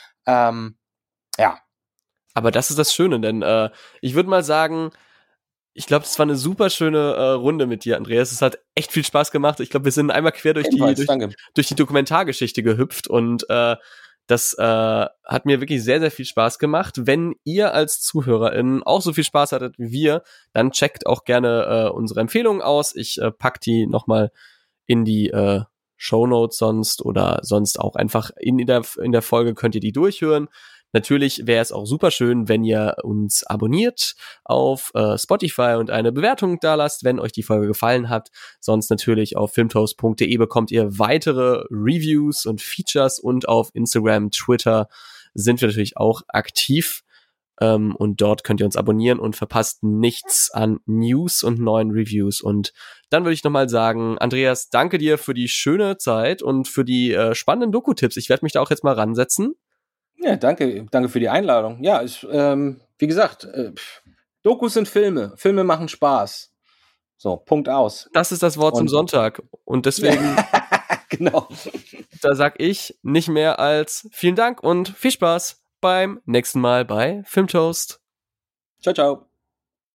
Ähm, ja. Aber das ist das Schöne, denn äh, ich würde mal sagen, ich glaube, das war eine super schöne äh, Runde mit dir, Andreas. Es hat echt viel Spaß gemacht. Ich glaube, wir sind einmal quer durch die, durch, durch die Dokumentargeschichte gehüpft und äh, das äh, hat mir wirklich sehr, sehr viel Spaß gemacht. Wenn ihr als ZuhörerInnen auch so viel Spaß hattet wie wir, dann checkt auch gerne äh, unsere Empfehlungen aus. Ich äh, pack die nochmal in die äh, Shownotes sonst oder sonst auch einfach in der, in der Folge könnt ihr die durchhören. Natürlich wäre es auch super schön, wenn ihr uns abonniert auf äh, Spotify und eine Bewertung da lasst, wenn euch die Folge gefallen hat. Sonst natürlich auf filmtoast punkt de bekommt ihr weitere Reviews und Features und auf Instagram, Twitter sind wir natürlich auch aktiv. Ähm, und dort könnt ihr uns abonnieren und verpasst nichts an News und neuen Reviews. Und dann würde ich nochmal sagen, Andreas, danke dir für die schöne Zeit und für die äh, spannenden Doku-Tipps. Ich werde mich da auch jetzt mal ransetzen. Ja, danke, danke für die Einladung. Ja, ich, ähm, wie gesagt, äh, Dokus sind Filme. Filme machen Spaß. So, Punkt aus. Das ist das Wort und zum Sonntag. Und deswegen, genau. Da sag ich nicht mehr als vielen Dank und viel Spaß beim nächsten Mal bei Filmtoast. Ciao, ciao.